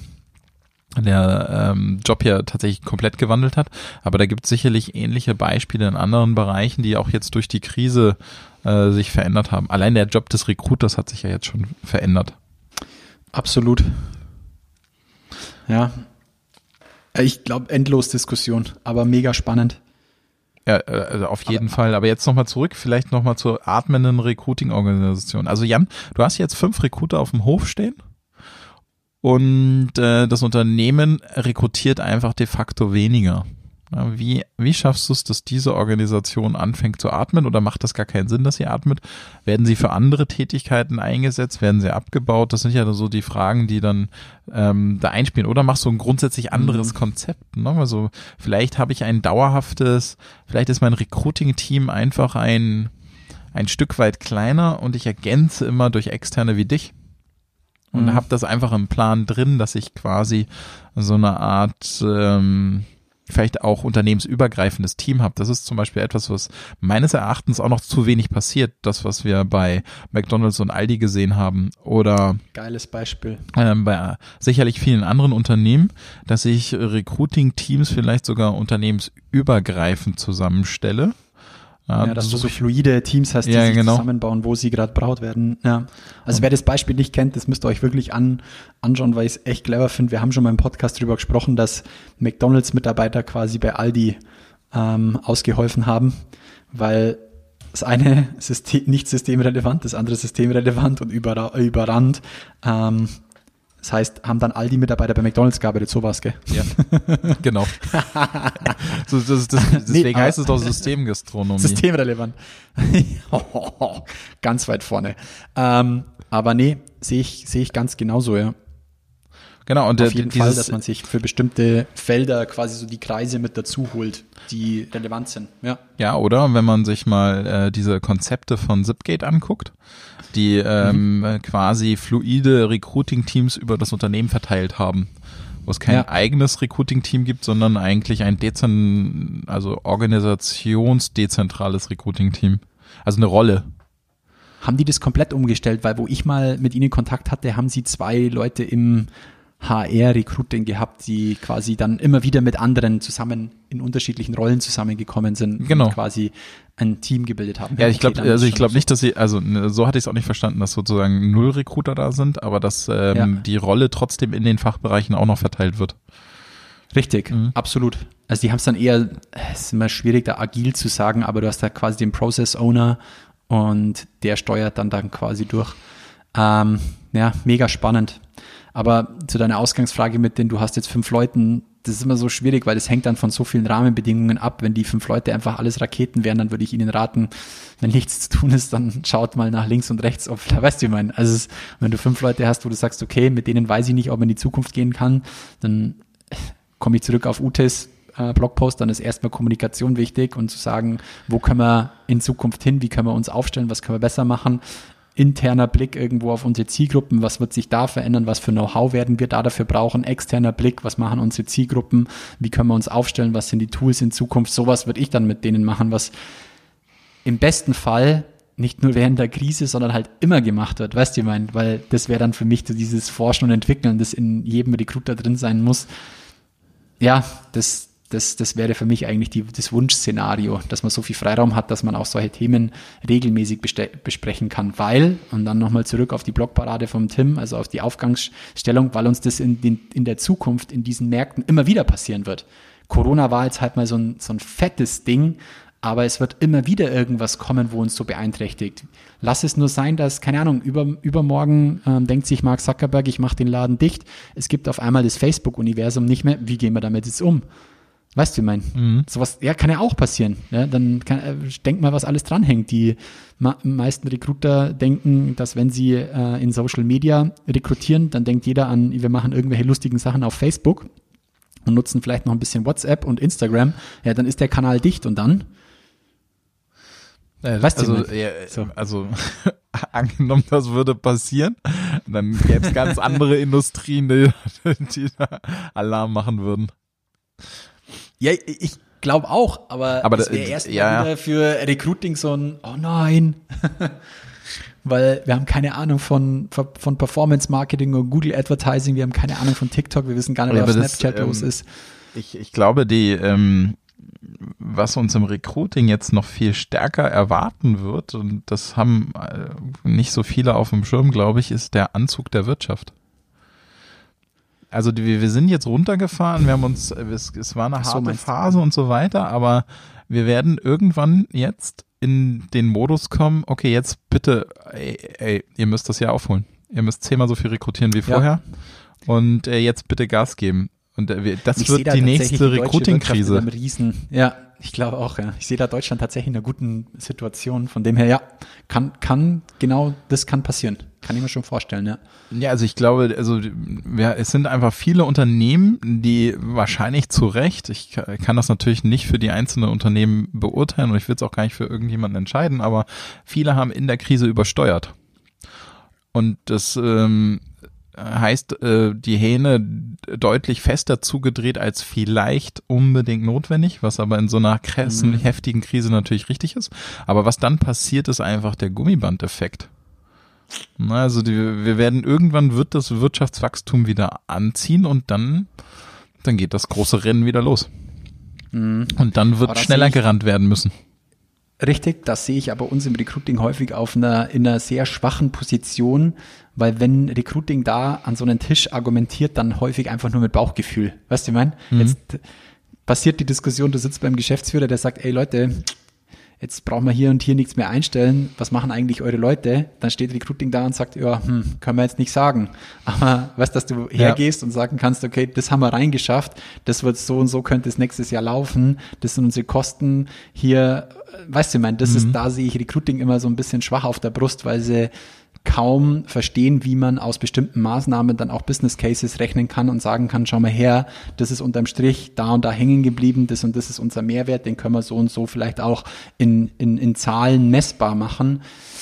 Job ja tatsächlich komplett gewandelt hat, aber da gibt es sicherlich ähnliche Beispiele in anderen Bereichen, die auch jetzt durch die Krise sich verändert haben. Allein der Job des Recruiters hat sich ja jetzt schon verändert. Absolut. Ja. Ich glaube, endlos Diskussion, aber mega spannend. Ja, also auf jeden Fall. Aber jetzt nochmal zurück, vielleicht nochmal zur atmenden Recruiting-Organisation. Also Jan, du hast jetzt 5 Recruiter auf dem Hof stehen und das Unternehmen rekrutiert einfach de facto weniger. Wie schaffst du es, dass diese Organisation anfängt zu atmen, oder macht das gar keinen Sinn, dass sie atmet? Werden sie für andere Tätigkeiten eingesetzt? Werden sie abgebaut? Das sind ja so die Fragen, die dann da einspielen. Oder machst du ein grundsätzlich anderes Konzept? Ne? Also vielleicht habe ich vielleicht ist mein Recruiting-Team einfach ein Stück weit kleiner und ich ergänze immer durch Externe wie dich. Und habe das einfach im Plan drin, dass ich quasi so eine Art vielleicht auch unternehmensübergreifendes Team habe. Das ist zum Beispiel etwas, was meines Erachtens auch noch zu wenig passiert. Das, was wir bei McDonald's und Aldi gesehen haben oder geiles Beispiel. Bei sicherlich vielen anderen Unternehmen, dass ich Recruiting-Teams vielleicht sogar unternehmensübergreifend zusammenstelle. Ja, dass du so fluide Teams hast, die sich zusammenbauen, wo sie gerade braucht werden. Ja. Also wer das Beispiel nicht kennt, das müsst ihr euch wirklich anschauen, weil ich es echt clever finde. Wir haben schon mal im Podcast darüber gesprochen, dass McDonald's-Mitarbeiter quasi bei Aldi ausgeholfen haben, weil das eine nicht systemrelevant, das andere systemrelevant und überrannt. Das heißt, haben dann Aldi-Mitarbeiter bei McDonald's gearbeitet, sowas, gell? Ja, genau. Deswegen heißt es doch Systemgastronomie. Systemrelevant. Ganz weit vorne. Aber nee, sehe ich ganz genauso, ja. Genau, und auf jeden Fall, dass man sich für bestimmte Felder quasi so die Kreise mit dazu holt, die relevant sind. Ja, ja, oder wenn man sich mal diese Konzepte von Zipgate anguckt, die quasi fluide Recruiting-Teams über das Unternehmen verteilt haben, wo es kein eigenes Recruiting-Team gibt, sondern eigentlich ein organisationsdezentrales Recruiting-Team. Also eine Rolle. Haben die das komplett umgestellt? Weil wo ich mal mit ihnen Kontakt hatte, haben sie 2 Leute im HR-Recruiting gehabt, die quasi dann immer wieder mit anderen zusammen in unterschiedlichen Rollen zusammengekommen sind und quasi ein Team gebildet haben. Ja, ich glaube nicht, dass sie, also so hatte ich es auch nicht verstanden, dass sozusagen 0 Recruiter da sind, aber dass die Rolle trotzdem in den Fachbereichen auch noch verteilt wird. Richtig, absolut. Also die haben es dann eher, es ist immer schwierig, da agil zu sagen, aber du hast da quasi den Process Owner und der steuert dann quasi durch. Mega spannend. Aber zu deiner Ausgangsfrage mit den, du hast jetzt 5 Leuten, das ist immer so schwierig, weil das hängt dann von so vielen Rahmenbedingungen ab. Wenn die 5 Leute einfach alles Raketen wären, dann würde ich ihnen raten, wenn nichts zu tun ist, dann schaut mal nach links und rechts, ob, weißt du, wie ich meine. Also wenn du 5 Leute hast, wo du sagst, okay, mit denen weiß ich nicht, ob man in die Zukunft gehen kann, dann komme ich zurück auf Utes Blogpost, dann ist erstmal Kommunikation wichtig und zu sagen, wo können wir in Zukunft hin, wie können wir uns aufstellen, was können wir besser machen, interner Blick irgendwo auf unsere Zielgruppen, was wird sich da verändern, was für Know-how werden wir da dafür brauchen, externer Blick, was machen unsere Zielgruppen, wie können wir uns aufstellen, was sind die Tools in Zukunft, sowas würde ich dann mit denen machen, was im besten Fall nicht nur während der Krise, sondern halt immer gemacht wird, weißt du, ich meine, weil das wäre dann für mich so dieses Forschen und Entwickeln, das in jedem Recruiter drin sein muss. Ja, das wäre für mich eigentlich das Wunschszenario, dass man so viel Freiraum hat, dass man auch solche Themen regelmäßig besprechen kann, weil, und dann nochmal zurück auf die Blogparade vom Tim, also auf die Aufgangsstellung, weil uns das in der Zukunft in diesen Märkten immer wieder passieren wird. Corona war jetzt halt mal so ein fettes Ding, aber es wird immer wieder irgendwas kommen, wo uns so beeinträchtigt. Lass es nur sein, dass, keine Ahnung, übermorgen denkt sich Mark Zuckerberg, ich mache den Laden dicht, es gibt auf einmal das Facebook-Universum nicht mehr, wie gehen wir damit jetzt um? Weißt du, ich meine, sowas, ja, kann ja auch passieren. Ja, dann denk mal, was alles dranhängt. Die meisten Recruiter denken, dass wenn sie in Social Media rekrutieren, dann denkt jeder an, wir machen irgendwelche lustigen Sachen auf Facebook und nutzen vielleicht noch ein bisschen WhatsApp und Instagram. Ja, dann ist der Kanal dicht und dann? Weißt du, also angenommen, das würde passieren, dann gäbe es ganz andere Industrien, die da Alarm machen würden. Ja, ich glaube auch, aber das wäre erstmal wieder für Recruiting so ein, oh nein, weil wir haben keine Ahnung von Performance Marketing und Google Advertising, wir haben keine Ahnung von TikTok, wir wissen gar nicht, was Snapchat los ist. Ich glaube, was uns im Recruiting jetzt noch viel stärker erwarten wird, und das haben nicht so viele auf dem Schirm, glaube ich, ist der Anzug der Wirtschaft. Also wir sind jetzt runtergefahren, wir haben es war eine harte Phase und so weiter, aber wir werden irgendwann jetzt in den Modus kommen, okay, jetzt bitte, ey, ihr müsst das ja aufholen. Ihr müsst 10-mal so viel rekrutieren wie vorher und jetzt bitte Gas geben. Und das Ich sehe wird da die tatsächlich nächste die deutsche Wirtschaft Recruiting-Krise. in einem Ja, ich glaube auch, ja. Ich sehe da Deutschland tatsächlich in einer guten Situation. Von dem her, ja, genau das kann passieren. Kann ich mir schon vorstellen, ja. Ja, also ich glaube, es sind einfach viele Unternehmen, die wahrscheinlich zu Recht, ich kann das natürlich nicht für die einzelnen Unternehmen beurteilen und ich will es auch gar nicht für irgendjemanden entscheiden, aber viele haben in der Krise übersteuert. Und das heißt, die Hähne deutlich fester zugedreht als vielleicht unbedingt notwendig, was aber in so einer krassen, heftigen Krise natürlich richtig ist. Aber was dann passiert, ist einfach der Gummibandeffekt. Also irgendwann wird das Wirtschaftswachstum wieder anziehen und dann geht das große Rennen wieder los. Und dann wird schneller gerannt werden müssen. Richtig, das sehe ich aber uns im Recruiting häufig in einer sehr schwachen Position, weil wenn Recruiting da an so einen Tisch argumentiert, dann häufig einfach nur mit Bauchgefühl. Weißt du, ich meine? Jetzt passiert die Diskussion, du sitzt beim Geschäftsführer, der sagt, ey Leute, jetzt brauchen wir hier und hier nichts mehr einstellen, was machen eigentlich eure Leute? Dann steht Recruiting da und sagt, ja, können wir jetzt nicht sagen. Aber weißt, dass du hergehst und sagen kannst, okay, das haben wir reingeschafft, das wird so und so, könnte es nächstes Jahr laufen, das sind unsere Kosten hier, weißt du, ich meine, da sehe ich Recruiting immer so ein bisschen schwach auf der Brust, weil sie kaum verstehen, wie man aus bestimmten Maßnahmen dann auch Business Cases rechnen kann und sagen kann, schau mal her, das ist unterm Strich da und da hängen geblieben, das und das ist unser Mehrwert, den können wir so und so vielleicht auch in Zahlen messbar machen.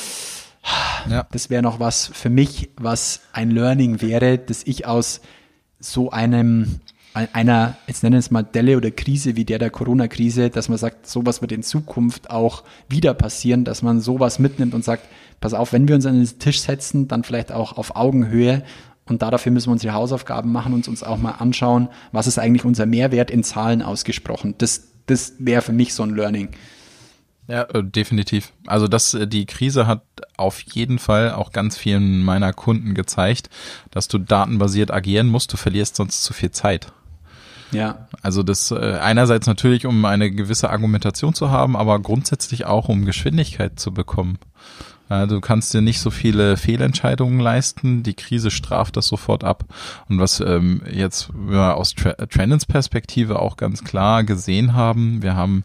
Ja. Das wäre noch was für mich, was ein Learning wäre, dass ich aus so einer, jetzt nennen wir es mal Delle oder Krise wie der Corona-Krise, dass man sagt, sowas wird in Zukunft auch wieder passieren, dass man sowas mitnimmt und sagt, pass auf, wenn wir uns an den Tisch setzen, dann vielleicht auch auf Augenhöhe und dafür müssen wir unsere Hausaufgaben machen und uns auch mal anschauen, was ist eigentlich unser Mehrwert in Zahlen ausgesprochen. Das wäre für mich so ein Learning. Ja, definitiv. Also die Krise hat auf jeden Fall auch ganz vielen meiner Kunden gezeigt, dass du datenbasiert agieren musst, du verlierst sonst zu viel Zeit. Ja. Also das einerseits natürlich, um eine gewisse Argumentation zu haben, aber grundsätzlich auch, um Geschwindigkeit zu bekommen. Du kannst dir nicht so viele Fehlentscheidungen leisten, die Krise straft das sofort ab. Und was jetzt aus Trendens Perspektive auch ganz klar gesehen haben, wir haben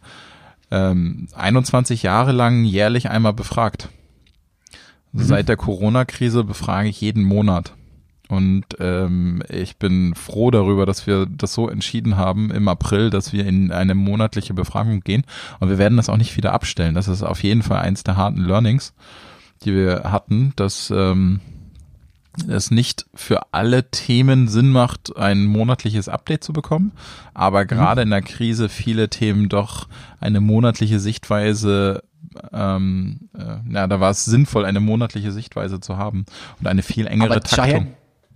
21 Jahre lang jährlich einmal befragt. Seit der Corona-Krise befrage ich jeden Monat. Und ich bin froh darüber, dass wir das so entschieden haben im April, dass wir in eine monatliche Befragung gehen. Und wir werden das auch nicht wieder abstellen. Das ist auf jeden Fall eins der harten Learnings, die wir hatten, dass es nicht für alle Themen Sinn macht, ein monatliches Update zu bekommen, aber gerade in der Krise viele Themen doch eine monatliche Sichtweise, da war es sinnvoll, eine monatliche Sichtweise zu haben und eine viel engere Taktung.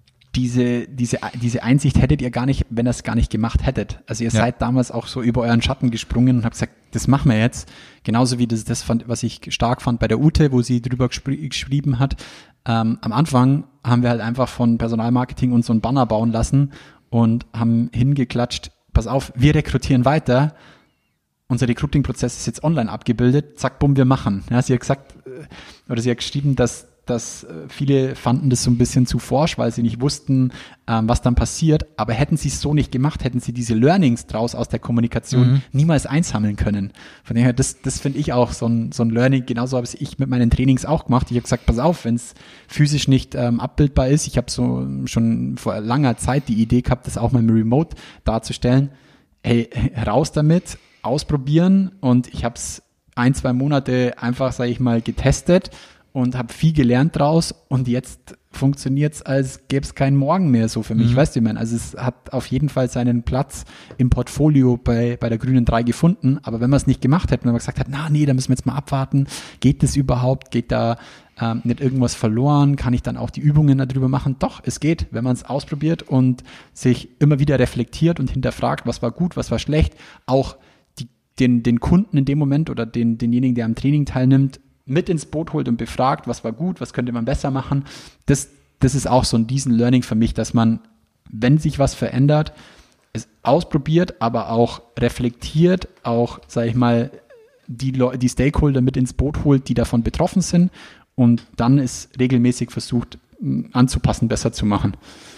Diese Einsicht hättet ihr gar nicht, wenn ihr es gar nicht gemacht hättet. Also ihr seid damals auch so über euren Schatten gesprungen und habt gesagt, das machen wir jetzt. Genauso wie das fand, was ich stark fand bei der Ute, wo sie drüber geschrieben hat. Am Anfang haben wir halt einfach von Personalmarketing uns so einen Banner bauen lassen und haben hingeklatscht, pass auf, wir rekrutieren weiter. Unser Recruiting-Prozess ist jetzt online abgebildet. Zack, bumm, wir machen. Ja, sie hat gesagt, oder sie hat geschrieben, dass viele fanden das so ein bisschen zu forsch, weil sie nicht wussten, was dann passiert. Aber hätten sie es so nicht gemacht, hätten sie diese Learnings draus aus der Kommunikation niemals einsammeln können. Von daher, das finde ich auch so ein Learning. Genauso habe ich mit meinen Trainings auch gemacht. Ich habe gesagt, pass auf, wenn es physisch nicht abbildbar ist. Ich habe so schon vor langer Zeit die Idee gehabt, das auch mal im Remote darzustellen. Hey, raus damit, ausprobieren. Und ich habe es 1-2 Monate einfach, sage ich mal, getestet und habe viel gelernt draus und jetzt funktioniert es, als gäbe es keinen Morgen mehr so für mich, weißt du, ich meine, also es hat auf jeden Fall seinen Platz im Portfolio bei der Grünen 3 gefunden, aber wenn wir es nicht gemacht hätten, wenn man gesagt hat, da müssen wir jetzt mal abwarten, geht das überhaupt, geht da nicht irgendwas verloren, kann ich dann auch die Übungen darüber machen? Doch, es geht, wenn man es ausprobiert und sich immer wieder reflektiert und hinterfragt, was war gut, was war schlecht, auch den Kunden in dem Moment oder denjenigen, der am Training teilnimmt, mit ins Boot holt und befragt, was war gut, was könnte man besser machen. Das ist auch so ein Learning für mich, dass man, wenn sich was verändert, es ausprobiert, aber auch reflektiert, auch, sage ich mal, die Stakeholder mit ins Boot holt, die davon betroffen sind und dann ist regelmäßig versucht anzupassen, besser zu machen.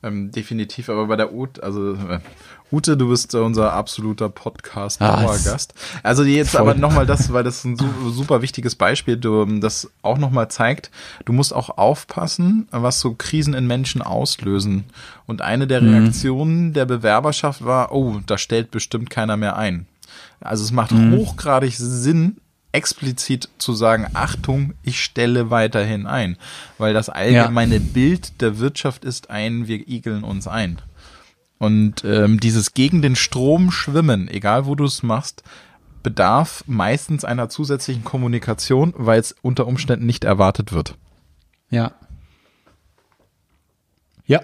definitiv, aber bei der Ute, du bist unser absoluter Podcast-Dauergast. Also jetzt voll. Aber nochmal das, weil das ein super wichtiges Beispiel, das auch nochmal zeigt, du musst auch aufpassen, was so Krisen in Menschen auslösen. Und eine der Reaktionen der Bewerberschaft war, oh, da stellt bestimmt keiner mehr ein. Also es macht hochgradig Sinn, explizit zu sagen, Achtung, ich stelle weiterhin ein. Weil das allgemeine Bild der Wirtschaft ist wir igeln uns ein. Und dieses gegen den Strom schwimmen, egal wo du es machst, bedarf meistens einer zusätzlichen Kommunikation, weil es unter Umständen nicht erwartet wird. Ja. Ja.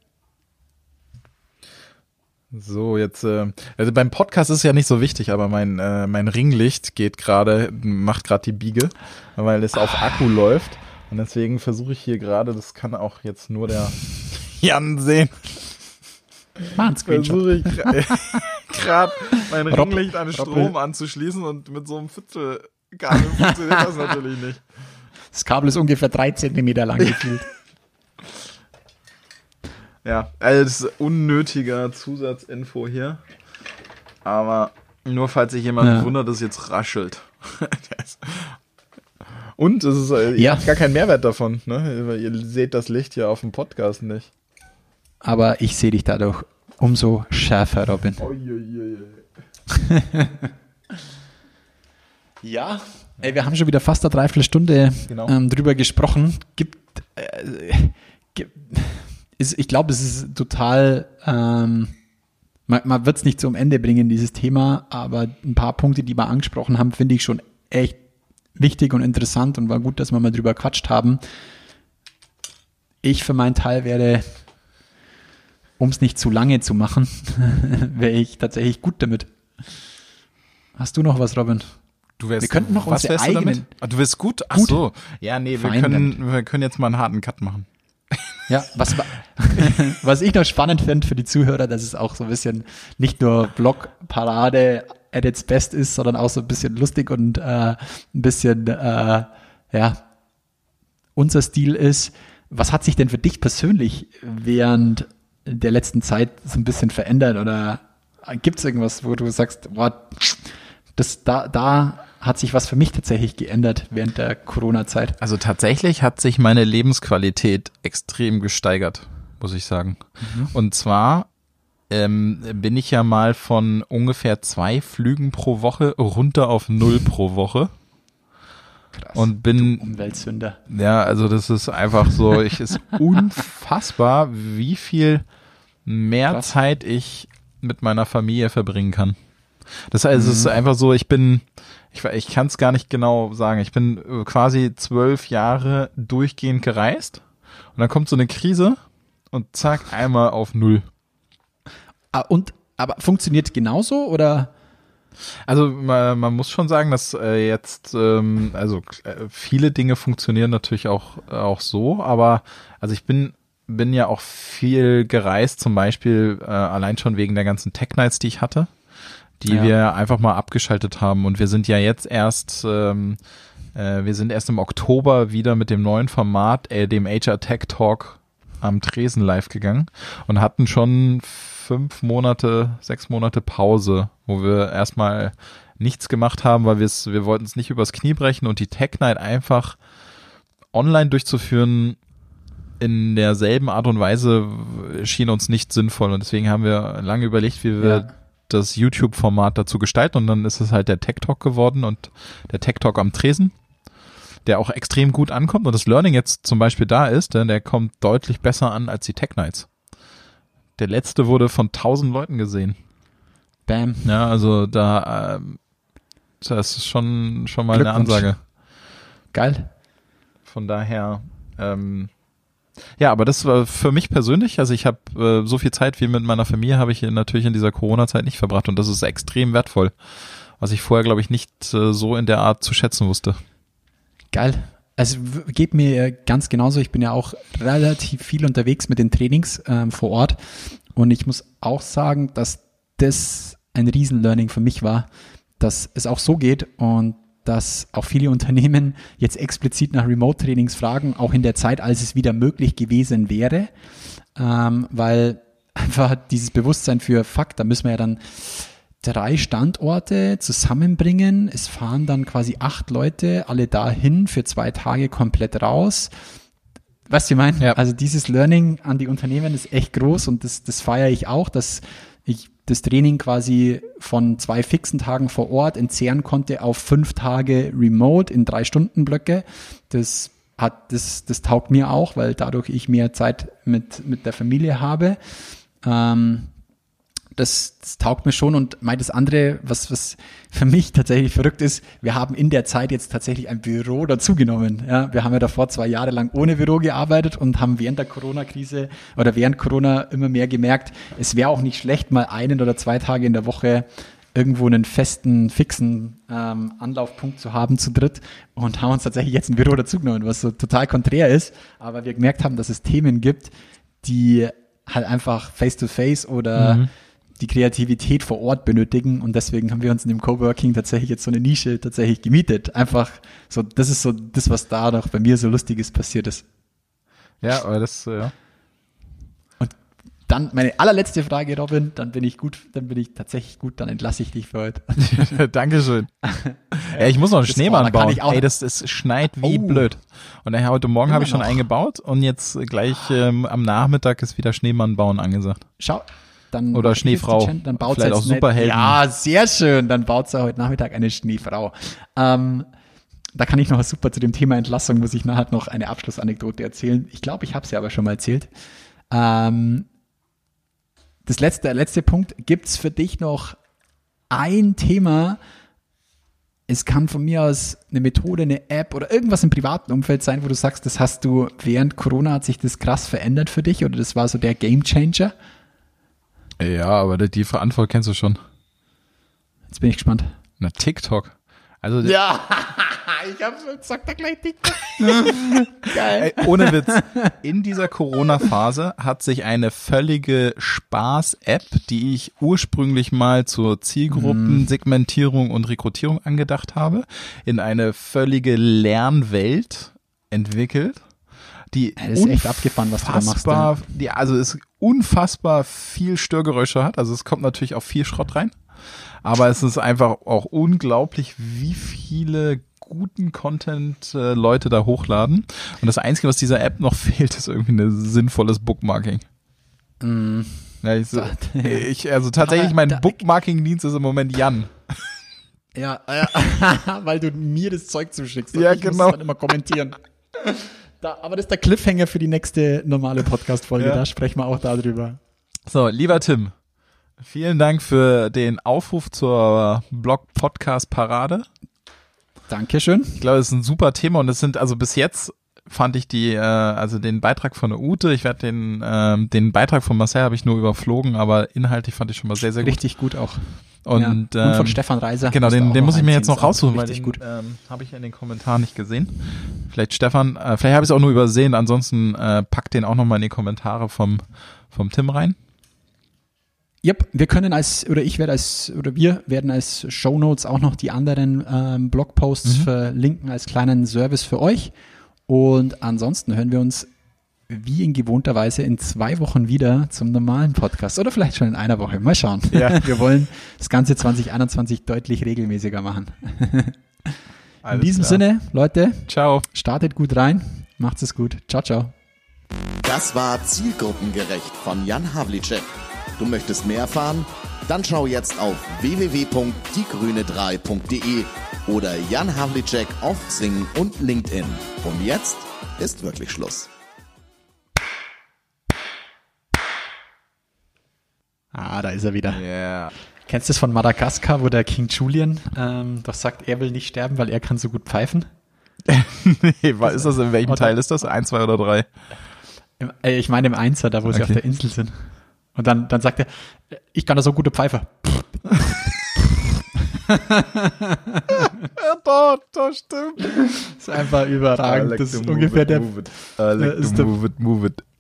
So, jetzt, also beim Podcast ist es ja nicht so wichtig, aber mein Ringlicht macht gerade die Biege, weil es auf Akku läuft. Und deswegen versuche ich hier gerade, das kann auch jetzt nur der Jan sehen. Versuche ich gerade mein Ringlicht an Strom anzuschließen und mit so einem Viertelkabel funktioniert das natürlich nicht. Das Kabel ist ungefähr 3 Zentimeter lang gefühlt. Ja, also das ist unnötiger Zusatzinfo hier. Aber nur falls sich jemand wundert, dass es jetzt raschelt. Und es ist ihr habt gar keinen Mehrwert davon, ne? Weil ihr seht das Licht ja auf dem Podcast nicht. Aber ich sehe dich dadurch umso schärfer, Robin. Ja, wir haben schon wieder fast eine Dreiviertelstunde drüber gesprochen. Ich glaube, es ist total, man wird es nicht zum Ende bringen, dieses Thema, aber ein paar Punkte, die wir angesprochen haben, finde ich schon echt wichtig und interessant und war gut, dass wir mal drüber quatscht haben. Ich für meinen Teil wäre, um es nicht zu lange zu machen, wäre ich tatsächlich gut damit. Hast du noch was, Robin? Wir könnten noch unsere eigenen... Du wärst gut? Ach so. Ja, nee, wir können jetzt mal einen harten Cut machen. Ja, was ich noch spannend finde für die Zuhörer, dass es auch so ein bisschen nicht nur Blogparade at its best ist, sondern auch so ein bisschen lustig und ein bisschen, unser Stil ist. Was hat sich denn für dich persönlich während der letzten Zeit so ein bisschen verändert? Oder gibt es irgendwas, wo du sagst, boah, da hat sich was für mich tatsächlich geändert während der Corona-Zeit? Also tatsächlich hat sich meine Lebensqualität extrem gesteigert, muss ich sagen. Und zwar bin ich ja mal von ungefähr 2 Flügen pro Woche runter auf 0 pro Woche. Krass, und bin du Umweltsünder. Ja, also das ist einfach so, es ist unfassbar, wie viel mehr Zeit ich mit meiner Familie verbringen kann. Das heißt, es ist einfach so, ich kann es gar nicht genau sagen, ich bin quasi 12 Jahre durchgehend gereist und dann kommt so eine Krise und zack, einmal auf 0. Aber funktioniert genauso oder? Also man muss schon sagen, dass viele Dinge funktionieren natürlich auch so, aber also ich bin ja auch viel gereist, zum Beispiel allein schon wegen der ganzen Tech Nights, die ich hatte, die wir einfach mal abgeschaltet haben. Und wir sind ja jetzt erst im Oktober wieder mit dem neuen Format, dem HR Tech Talk am Tresen live gegangen und hatten schon 6 Monate Pause, wo wir erstmal nichts gemacht haben, weil wir wollten es nicht übers Knie brechen und die Tech Night einfach online durchzuführen in derselben Art und Weise schien uns nicht sinnvoll und deswegen haben wir lange überlegt, wie wir das YouTube-Format dazu gestalten und dann ist es halt der Tech Talk geworden und der Tech Talk am Tresen, der auch extrem gut ankommt und das Learning jetzt zum Beispiel da ist, der kommt deutlich besser an als die Tech Nights. Der letzte wurde von 1000 Leuten gesehen. Bam. Ja, also das ist schon mal eine Ansage. Geil. Von daher, aber das war für mich persönlich, also ich habe so viel Zeit wie mit meiner Familie habe ich natürlich in dieser Corona-Zeit nicht verbracht und das ist extrem wertvoll, was ich vorher, glaube ich, nicht so in der Art zu schätzen wusste. Geil. Also geht mir ganz genauso. Ich bin ja auch relativ viel unterwegs mit den Trainings vor Ort und ich muss auch sagen, dass das ein Riesen-Learning für mich war, dass es auch so geht und dass auch viele Unternehmen jetzt explizit nach Remote-Trainings fragen, auch in der Zeit, als es wieder möglich gewesen wäre. weil einfach dieses Bewusstsein für, fuck, da müssen wir ja dann 3 Standorte zusammenbringen. Es fahren dann quasi 8 Leute alle dahin für 2 Tage komplett raus. Weißt du, ich meine? Ja. Also dieses Learning an die Unternehmen ist echt groß und das feiere ich auch, dass ich das Training quasi von 2 fixen Tagen vor Ort entzerren konnte auf 5 Tage remote in 3-Stunden-Blöcke. Das taugt mir auch, weil dadurch ich mehr Zeit mit der Familie habe. Das taugt mir schon und das andere, was für mich tatsächlich verrückt ist, wir haben in der Zeit jetzt tatsächlich ein Büro dazugenommen. Ja, wir haben ja davor 2 Jahre lang ohne Büro gearbeitet und haben während der Corona-Krise oder während Corona immer mehr gemerkt, es wäre auch nicht schlecht, mal 1 oder 2 Tage in der Woche irgendwo einen festen, fixen Anlaufpunkt zu haben zu dritt und haben uns tatsächlich jetzt ein Büro dazugenommen, was so total konträr ist, aber wir gemerkt haben, dass es Themen gibt, die halt einfach face-to-face oder die Kreativität vor Ort benötigen und deswegen haben wir uns in dem Coworking tatsächlich jetzt so eine Nische tatsächlich gemietet. Einfach so, das ist so das, was da noch bei mir so Lustiges passiert ist. Ja, aber das, ja. Und dann meine allerletzte Frage, Robin, dann bin ich tatsächlich gut, dann entlasse ich dich für heute. Dankeschön. Ja, ich muss noch einen Schneemann kann bauen. ich auch. Ey, das schneit wie blöd. Und heute Morgen habe ich schon noch. einen gebaut und jetzt gleich am Nachmittag ist wieder Schneemann bauen angesagt. Schau. Dann oder Schneefrau. Dann baut vielleicht jetzt auch Superhelden. Ja, sehr schön. Dann baut sie heute Nachmittag eine Schneefrau. Da kann ich noch super zu dem Thema Entlassung, muss ich nachher noch eine Abschlussanekdote erzählen. Ich glaube, ich habe sie aber schon mal erzählt. Der letzte Punkt. Gibt's für dich noch ein Thema? Es kann von mir aus eine Methode, eine App oder irgendwas im privaten Umfeld sein, wo du sagst, das hast du während Corona, hat sich das krass verändert für dich oder das war so der Gamechanger? Ja, aber die Verantwortung kennst du schon. Jetzt bin ich gespannt. Na, TikTok. Also Ja, sag da gleich TikTok. Geil. Ey, ohne Witz. In dieser Corona-Phase hat sich eine völlige Spaß-App, die ich ursprünglich mal zur Zielgruppensegmentierung und Rekrutierung angedacht habe, in eine völlige Lernwelt entwickelt. Die das ist echt abgefahren, was du da machst. Ja. Also es unfassbar viel Störgeräusche hat. Also es kommt natürlich auch viel Schrott rein. Aber es ist einfach auch unglaublich, wie viele guten Content Leute da hochladen. Und das Einzige, was dieser App noch fehlt, ist irgendwie ein sinnvolles Bookmarking. Ja, also tatsächlich, mein Bookmarking-Dienst ist im Moment Jan. Ja, weil du mir das Zeug zuschickst. Ja, ich genau. muss es dann immer kommentieren. Aber das ist der Cliffhanger für die nächste normale Podcast-Folge. Ja. Da sprechen wir auch darüber. So, lieber Tim, vielen Dank für den Aufruf zur Blog-Podcast-Parade. Dankeschön. Ich glaube, es ist ein super Thema und es sind, also bis jetzt fand ich den Beitrag von der Ute, ich werde den Beitrag von Marcel habe ich nur überflogen, aber inhaltlich fand ich schon mal sehr, sehr gut. Richtig gut auch. Und von Stefan Reiser. Genau, den muss ich mir jetzt noch raussuchen, weil richtig den gut. Habe ich in den Kommentaren nicht gesehen. Vielleicht Stefan, vielleicht habe ich es auch nur übersehen, ansonsten pack den auch nochmal in die Kommentare vom Tim rein. Yep, wir werden als Shownotes auch noch die anderen Blogposts verlinken als kleinen Service für euch. Und ansonsten hören wir uns wie in gewohnter Weise in 2 Wochen wieder zum normalen Podcast. Oder vielleicht schon in einer Woche. Mal schauen. Ja. Wir wollen das Ganze 2021 deutlich regelmäßiger machen. In diesem Sinne, Leute, Ciao. startet gut rein. Macht's es gut. Ciao, ciao. Das war Zielgruppengerecht von Jan Havlicek. Du möchtest mehr erfahren? Dann schau jetzt auf www.diegrüne3.de oder Jan Havlicek auf Xing und LinkedIn. Und jetzt ist wirklich Schluss. Da ist er wieder. Yeah. Kennst du das von Madagaskar, wo der King Julian doch sagt, er will nicht sterben, weil er kann so gut pfeifen? Nee, ist das, in welchem Teil ist das? 1, 2 oder 3? Ich meine im Einser, da wo sie auf der Insel sind. Und dann sagt er, ich kann da so gute Pfeife. Ja, da stimmt. Das ist einfach überragend. Das ist ungefähr der... Move it.